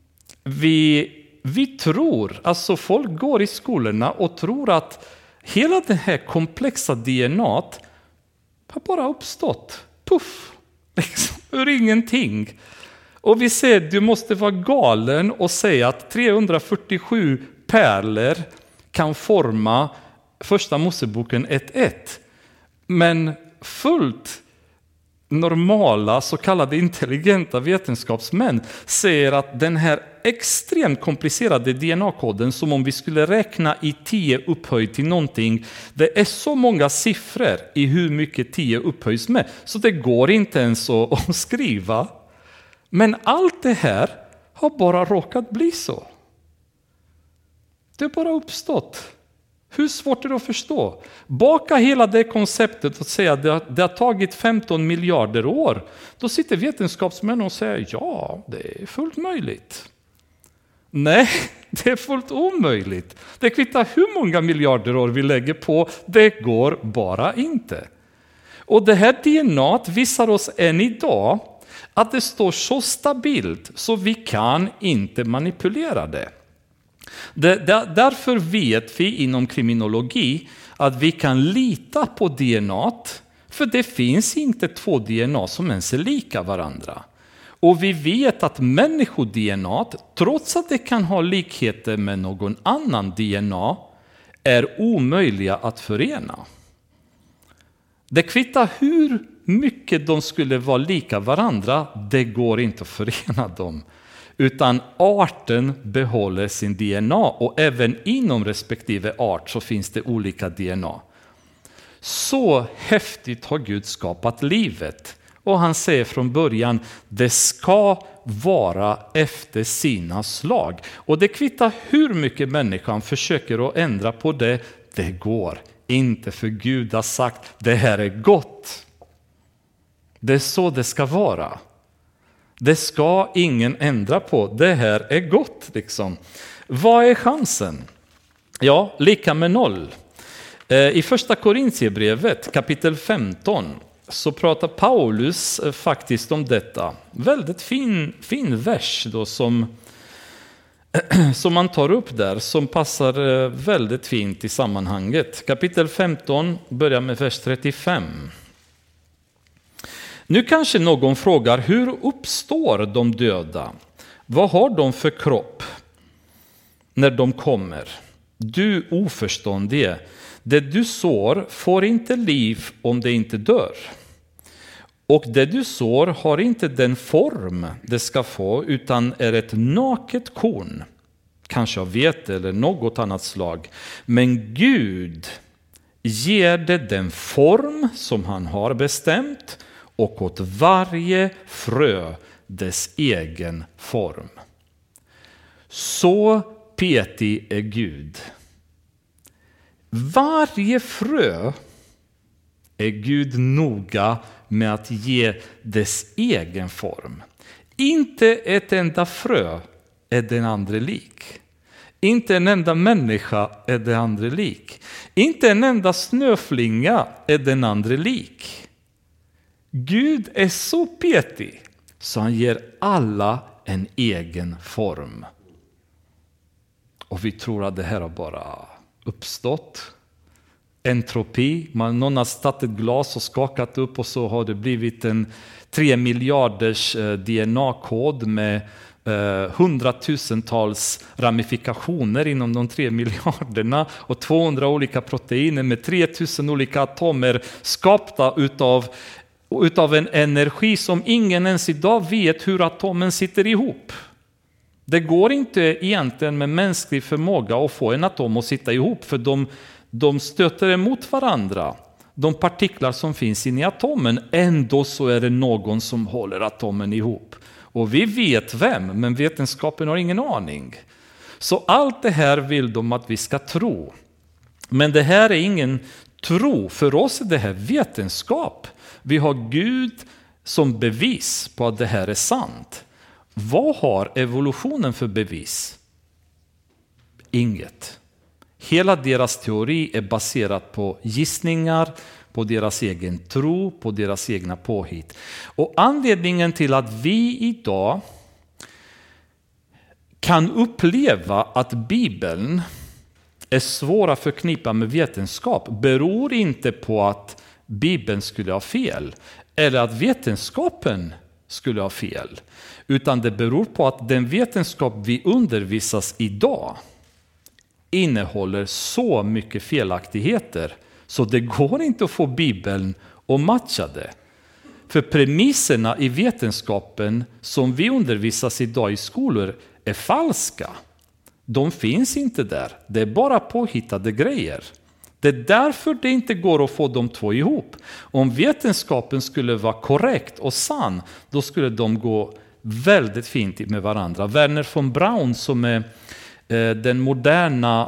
vi tror, alltså folk går i skolorna och tror att hela det här komplexa DNAt har bara uppstått. Puff! Liksom, ur ingenting. Och vi ser, du måste vara galen och säga att 347 pärlor kan forma första Moseboken 1.1. Men fullt normala så kallade intelligenta vetenskapsmän säger att den här extremt komplicerade DNA-koden, som om vi skulle räkna i 10 upphöjt till någonting, det är så många siffror i hur mycket 10 upphöjs med så det går inte ens att skriva. Men allt det här har bara råkat bli så. Det har bara uppstått. Hur svårt är det att förstå? Baka hela det konceptet och säga att det har tagit 15 miljarder år. Då sitter vetenskapsmän och säger ja, det är fullt möjligt. Nej, det är fullt omöjligt. Det kvittar hur många miljarder år vi lägger på, det går bara inte. Och det här DNA visar oss än idag att det står så stabilt så vi kan inte manipulera det. Därför vet vi inom kriminologi att vi kan lita på DNA För det finns inte två DNA som ens är lika varandra. Och vi vet att människo-DNA, trots att det kan ha likheter med någon annan DNA, är omöjliga att förena. Det kvittar hur mycket de skulle vara lika varandra, det går inte att förena dem. Utan arten behåller sin DNA och även inom respektive art så finns det olika DNA. Så häftigt har Gud skapat livet. Och han säger från början, det ska vara efter sina slag. Och det kvittar hur mycket människan försöker att ändra på det, det går inte, för Gud har sagt, det här är gott. Det är så det ska vara. Det ska ingen ändra på, det här är gott liksom. Vad är chansen? Ja, lika med 0. I första Korintierbrevet kapitel 15 så pratar Paulus faktiskt om detta. Väldigt fin vers då som man tar upp där, som passar väldigt fint i sammanhanget. Kapitel 15 börjar med vers 35. Nu kanske någon frågar, hur uppstår de döda? Vad har de för kropp när de kommer? Du oförståndige, det du sår får inte liv om det inte dör. Och det du sår har inte den form det ska få, utan är ett naket korn, kanske av vete eller något annat slag. Men Gud ger det den form som han har bestämt, och åt varje frö dess egen form. Så petig är Gud. Varje frö är Gud noga med att ge dess egen form. Inte ett enda frö är den andra lik. Inte en enda människa är den andra lik. Inte en enda snöflinga är den andra lik. Gud är så petig så han ger alla en egen form. Och vi tror att det här har bara uppstått. Entropi, någon har tagit ett glas och skakat upp och så har det blivit en 3 miljarders DNA-kod med 100,000-tals ramifikationer inom de 3 miljarderna och 200 olika proteiner med 3000 olika atomer skapta utav en energi som ingen ens idag vet hur atomen sitter ihop. Det går inte egentligen med mänsklig förmåga att få en atom att sitta ihop, för de stöter emot varandra. De partiklar som finns inne i atomen, ändå så är det någon som håller atomen ihop. Och vi vet vem, men vetenskapen har ingen aning. Så allt det här vill de att vi ska tro. Men det här är ingen tro, för oss är det här vetenskap. Vi har Gud som bevis på att det här är sant. Vad har evolutionen för bevis? Inget. Hela deras teori är baserad på gissningar, på deras egen tro, på deras egna påhitt. Och anledningen till att vi idag kan uppleva att Bibeln är svår att förknippa med vetenskap beror inte på att Bibeln skulle ha fel eller att vetenskapen skulle ha fel, utan det beror på att den vetenskap vi undervisas idag innehåller så mycket felaktigheter så det går inte att få Bibeln att matcha det. För premisserna i vetenskapen som vi undervisas idag i skolor är falska. De finns inte där. Det är bara påhittade grejer. Det är därför det inte går att få de två ihop. Om vetenskapen skulle vara korrekt och sann, då skulle de gå väldigt fint med varandra. Werner von Braun, som är den moderna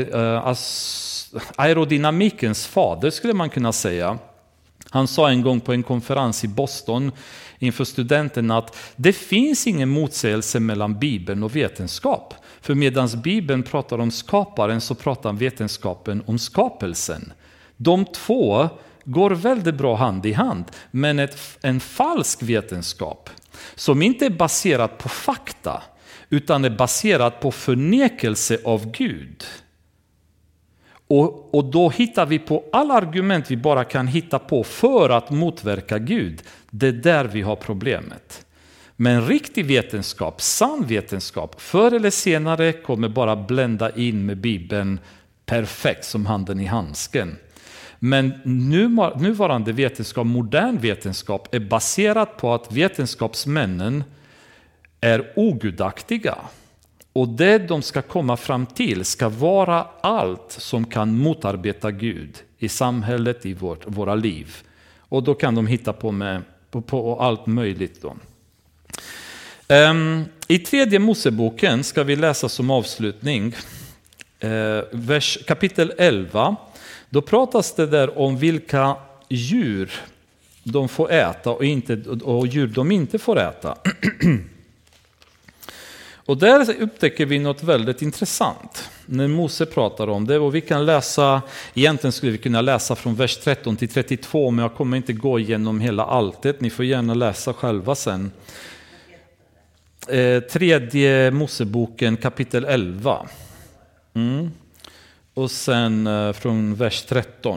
aerodynamikens fader, skulle man kunna säga. Han sa en gång på en konferens i Boston inför studenterna att det finns ingen motsägelse mellan Bibeln och vetenskap. För medan Bibeln pratar om skaparen så pratar vetenskapen om skapelsen. De två går väldigt bra hand i hand, men en falsk vetenskap som inte är baserad på fakta utan är baserad på förnekelse av Gud Och då hittar vi på alla argument vi bara kan hitta på för att motverka Gud. Det är där vi har problemet. Men riktig vetenskap, sann vetenskap, förr eller senare kommer bara blända in med Bibeln perfekt som handen i handsken. Men nuvarande vetenskap, modern vetenskap, är baserat på att vetenskapsmännen är ogudaktiga. Och det de ska komma fram till ska vara allt som kan motarbeta Gud i samhället, i våra liv. Och då kan de hitta på allt möjligt då. I 3:e Moseboken ska vi läsa som avslutning kapitel 11. Då pratas det där om vilka djur de får äta och djur de inte får äta. Och där upptäcker vi något väldigt intressant när Mose pratar om det. Och vi kan läsa, egentligen skulle vi kunna läsa från vers 13 till 32, men jag kommer inte gå igenom hela alltet. Ni får gärna läsa själva sen. 3:e Moseboken kapitel 11. Och sen från vers 13.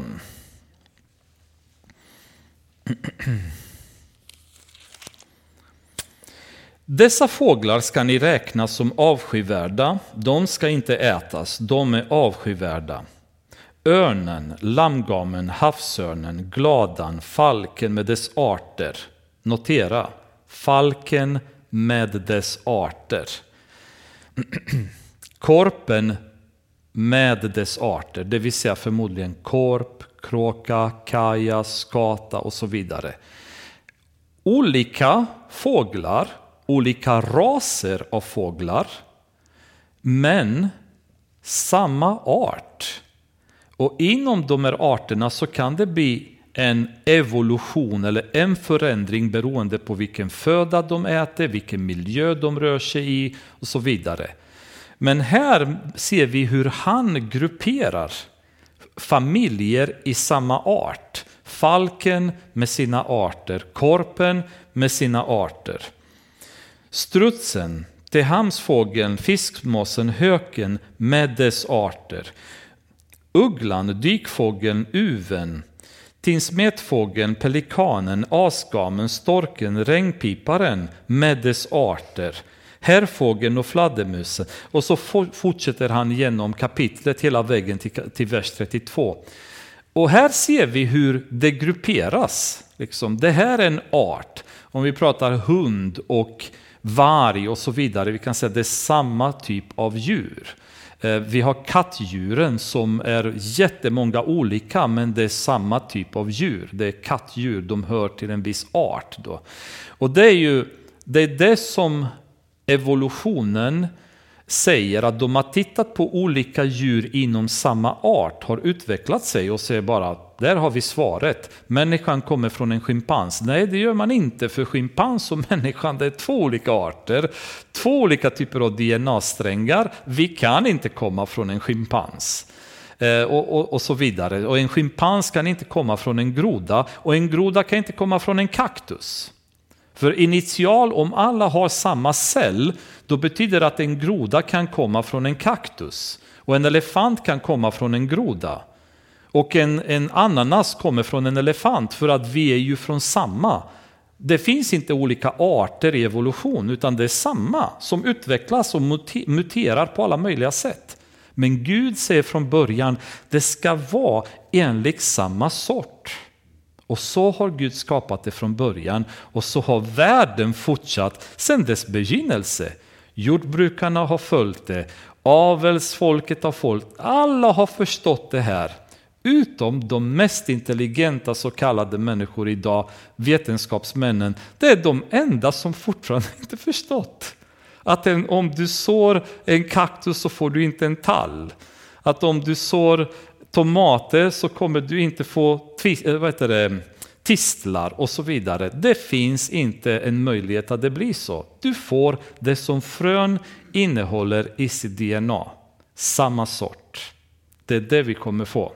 Dessa fåglar ska ni räkna som avskyvärda, de ska inte ätas, de är avskyvärda. Örnen, lammgamen, havsörnen, gladan, falken med dess arter. Notera, falken med dess arter. Korpen med dess arter, det vill säga förmodligen korp, kråka, kaja, skata och så vidare. Olika fåglar, olika raser av fåglar, men samma art. Och inom de här arterna så kan det bli en evolution eller en förändring beroende på vilken föda de äter, vilken miljö de rör sig i och så vidare. Men här ser vi hur han grupperar familjer i samma art. Falken med sina arter, korpen med sina arter. Strutsen, tehamnsfågeln, fiskmåsen, höken med dess arter. Ugglan, dykfågeln, uven, tinsmetfågeln, pelikanen, asgamen, storken, regnpiparen med dess arter. Härfågeln och fladdermusen. Och så fortsätter han genom kapitlet hela vägen till vers 32. Och här ser vi hur det grupperas. Det här är en art. Om vi pratar hund och varg och så vidare. Vi kan säga att det är samma typ av djur. Vi har kattdjuren som är jättemånga olika, men det är samma typ av djur. Det är kattdjur, de hör till en viss art då. Och det är det som evolutionen säger, att de har tittat på olika djur inom samma art, har utvecklat sig och säger bara, där har vi svaret. Människan kommer från en schimpans. Nej, det gör man inte, för schimpans och människan, det är två olika arter, två olika typer av DNA-strängar. Vi kan inte komma från en schimpans. Och så vidare. Och en schimpans kan inte komma från en groda, och en groda kan inte komma från en kaktus. För initial, om alla har samma cell, då betyder det att en groda kan komma från en kaktus. Och en elefant kan komma från en groda. Och en ananas kommer från en elefant, för att vi är ju från samma. Det finns inte olika arter i evolution, utan det är samma som utvecklas och muterar på alla möjliga sätt. Men Gud säger från början, det ska vara enligt samma sort. Och så har Gud skapat det från början, och så har världen fortsatt sedan dess begynnelse. Jordbrukarna har följt det, avelsfolket har följt, alla har förstått det här. Utom de mest intelligenta så kallade människor idag, vetenskapsmännen, det är de enda som fortfarande inte förstått. Att om du sår en kaktus så får du inte en tall. Att om du sår tomater så kommer du inte få tistlar och så vidare. Det finns inte en möjlighet att det blir så. Du får det som frön innehåller i sitt DNA. Samma sort. Det är det vi kommer få.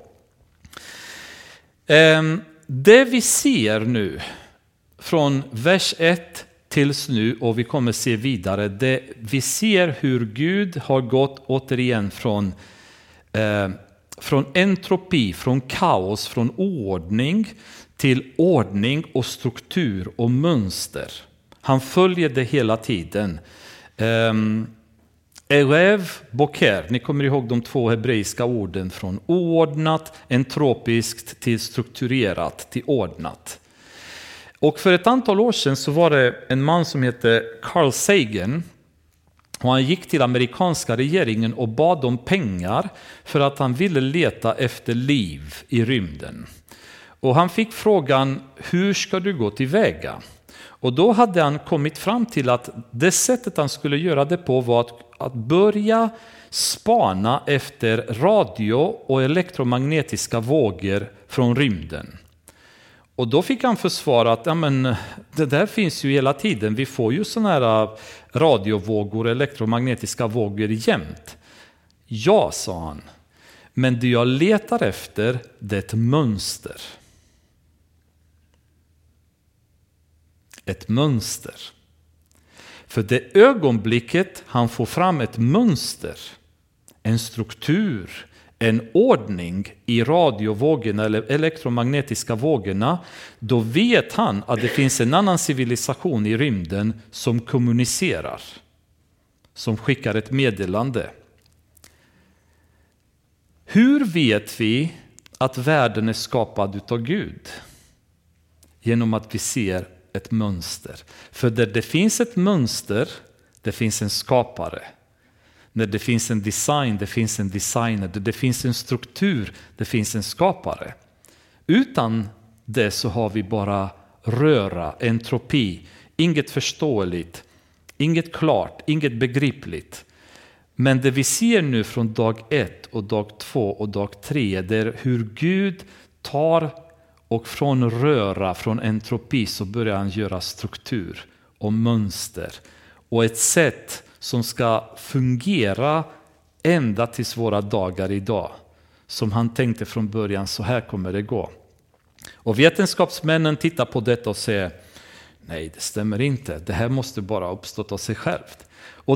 Det vi ser nu från vers 1 tills nu, och vi kommer se vidare, vi ser hur Gud har gått återigen från entropi, från kaos, från oordning till ordning och struktur och mönster. Han följer det hela tiden. Erev, boker, ni kommer ihåg de två hebreiska orden från oordnat, entropiskt till strukturerat, till ordnat. Och för ett antal år sedan så var det en man som hette Carl Sagan. Och han gick till amerikanska regeringen och bad om pengar för att han ville leta efter liv i rymden. Och han fick frågan, hur ska du gå tillväga? Och då hade han kommit fram till att det sättet han skulle göra det på var att börja spana efter radio och elektromagnetiska vågor från rymden. Och då fick han försvara att det där finns ju hela tiden. Vi får ju sådana här radiovågor, elektromagnetiska vågor jämt. Ja, sa han. Men det jag letar efter, det är ett mönster. Ett mönster. För det ögonblicket han får fram ett mönster, en struktur, en ordning i radiovågorna eller elektromagnetiska vågorna, då vet han att det finns en annan civilisation i rymden som kommunicerar, som skickar ett meddelande. Hur vet vi att världen är skapad utav Gud? Genom att vi ser ett mönster. För där det finns ett mönster, det finns en skapare. När det finns en design, det finns en designer. Där det finns en struktur, det finns en skapare. Utan det så har vi bara röra, entropi. Inget förståeligt, inget klart, inget begripligt. Men det vi ser nu från dag 1 och dag 2 och dag 3, det är hur Gud tar och från röra, från entropi så börjar han göra struktur och mönster. Och ett sätt som ska fungera ända tills våra dagar idag. Som han tänkte från början, så här kommer det gå. Och vetenskapsmännen tittar på detta och säger, nej det stämmer inte. Det här måste bara ha uppstått av sig självt. Och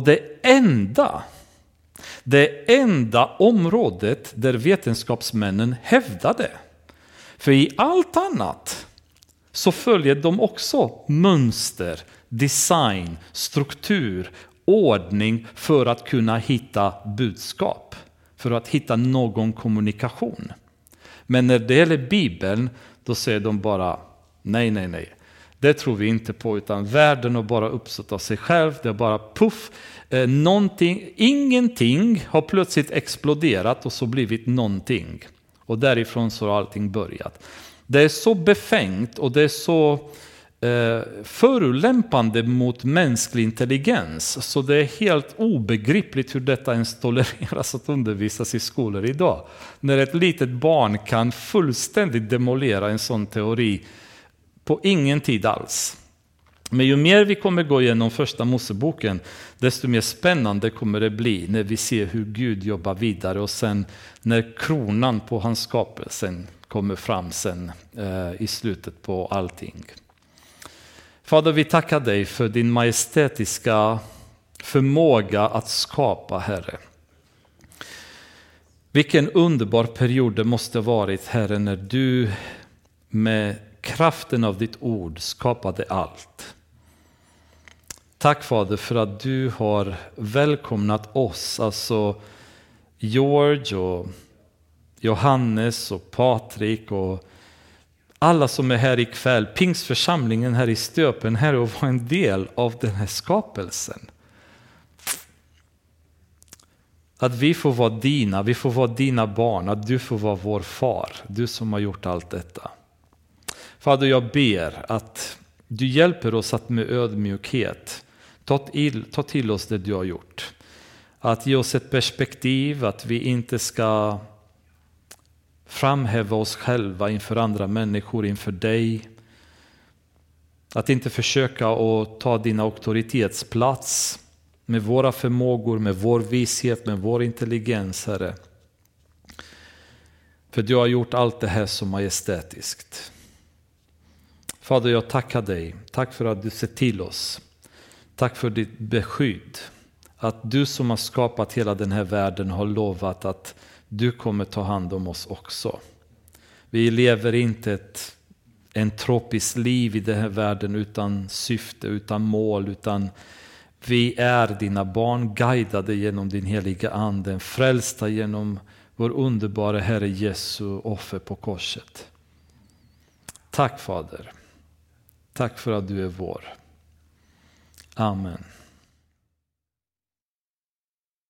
det enda området där vetenskapsmännen hävdade. För i allt annat så följer de också mönster, design, struktur, ordning för att kunna hitta budskap. För att hitta någon kommunikation. Men när det gäller Bibeln, då säger de bara nej. Det tror vi inte på, utan världen har bara uppstått av sig själv. Det är bara puff. Ingenting har plötsligt exploderat och så blivit någonting. Och därifrån så har allting börjat. Det är så befängt och det är så förolämpande mot mänsklig intelligens. Så det är helt obegripligt hur detta ens tolereras att undervisas i skolor idag. När ett litet barn kan fullständigt demolera en sån teori på ingen tid alls. Men ju mer vi kommer gå igenom första Moseboken, desto mer spännande kommer det bli när vi ser hur Gud jobbar vidare och sen när kronan på hans skapelsen kommer fram sen i slutet på allting. Fader, vi tackar dig för din majestätiska förmåga att skapa, Herre. Vilken underbar period det måste ha varit, Herre, när du med kraften av ditt ord skapade allt. Tack Fader för att du har välkomnat oss, alltså George och Johannes och Patrik och alla som är här ikväll, Pingstförsamlingen här i Stöpen, här och var en del av den här skapelsen. Att vi får vara dina barn, att du får vara vår far, du som har gjort allt detta. Fader, jag ber att du hjälper oss att med ödmjukhet ta till oss det du har gjort. Att ge oss ett perspektiv, att vi inte ska framhäva oss själva inför andra människor, inför dig. Att inte försöka att ta din auktoritetsplats med våra förmågor, med vår vishet, med vår intelligens, Herre. För du har gjort allt det här så majestätiskt. Fader, jag tackar dig. Tack för att du ser till oss. Tack för ditt beskydd. att du som har skapat hela den här världen har lovat att du kommer ta hand om oss också. Vi lever inte en tropisk liv i den här världen utan syfte, utan mål, utan vi är dina barn, guidade genom din heliga ande, frälsta genom vår underbara Herre Jesu offer på korset. Tack Fader. Tack för att du är vår. Amen.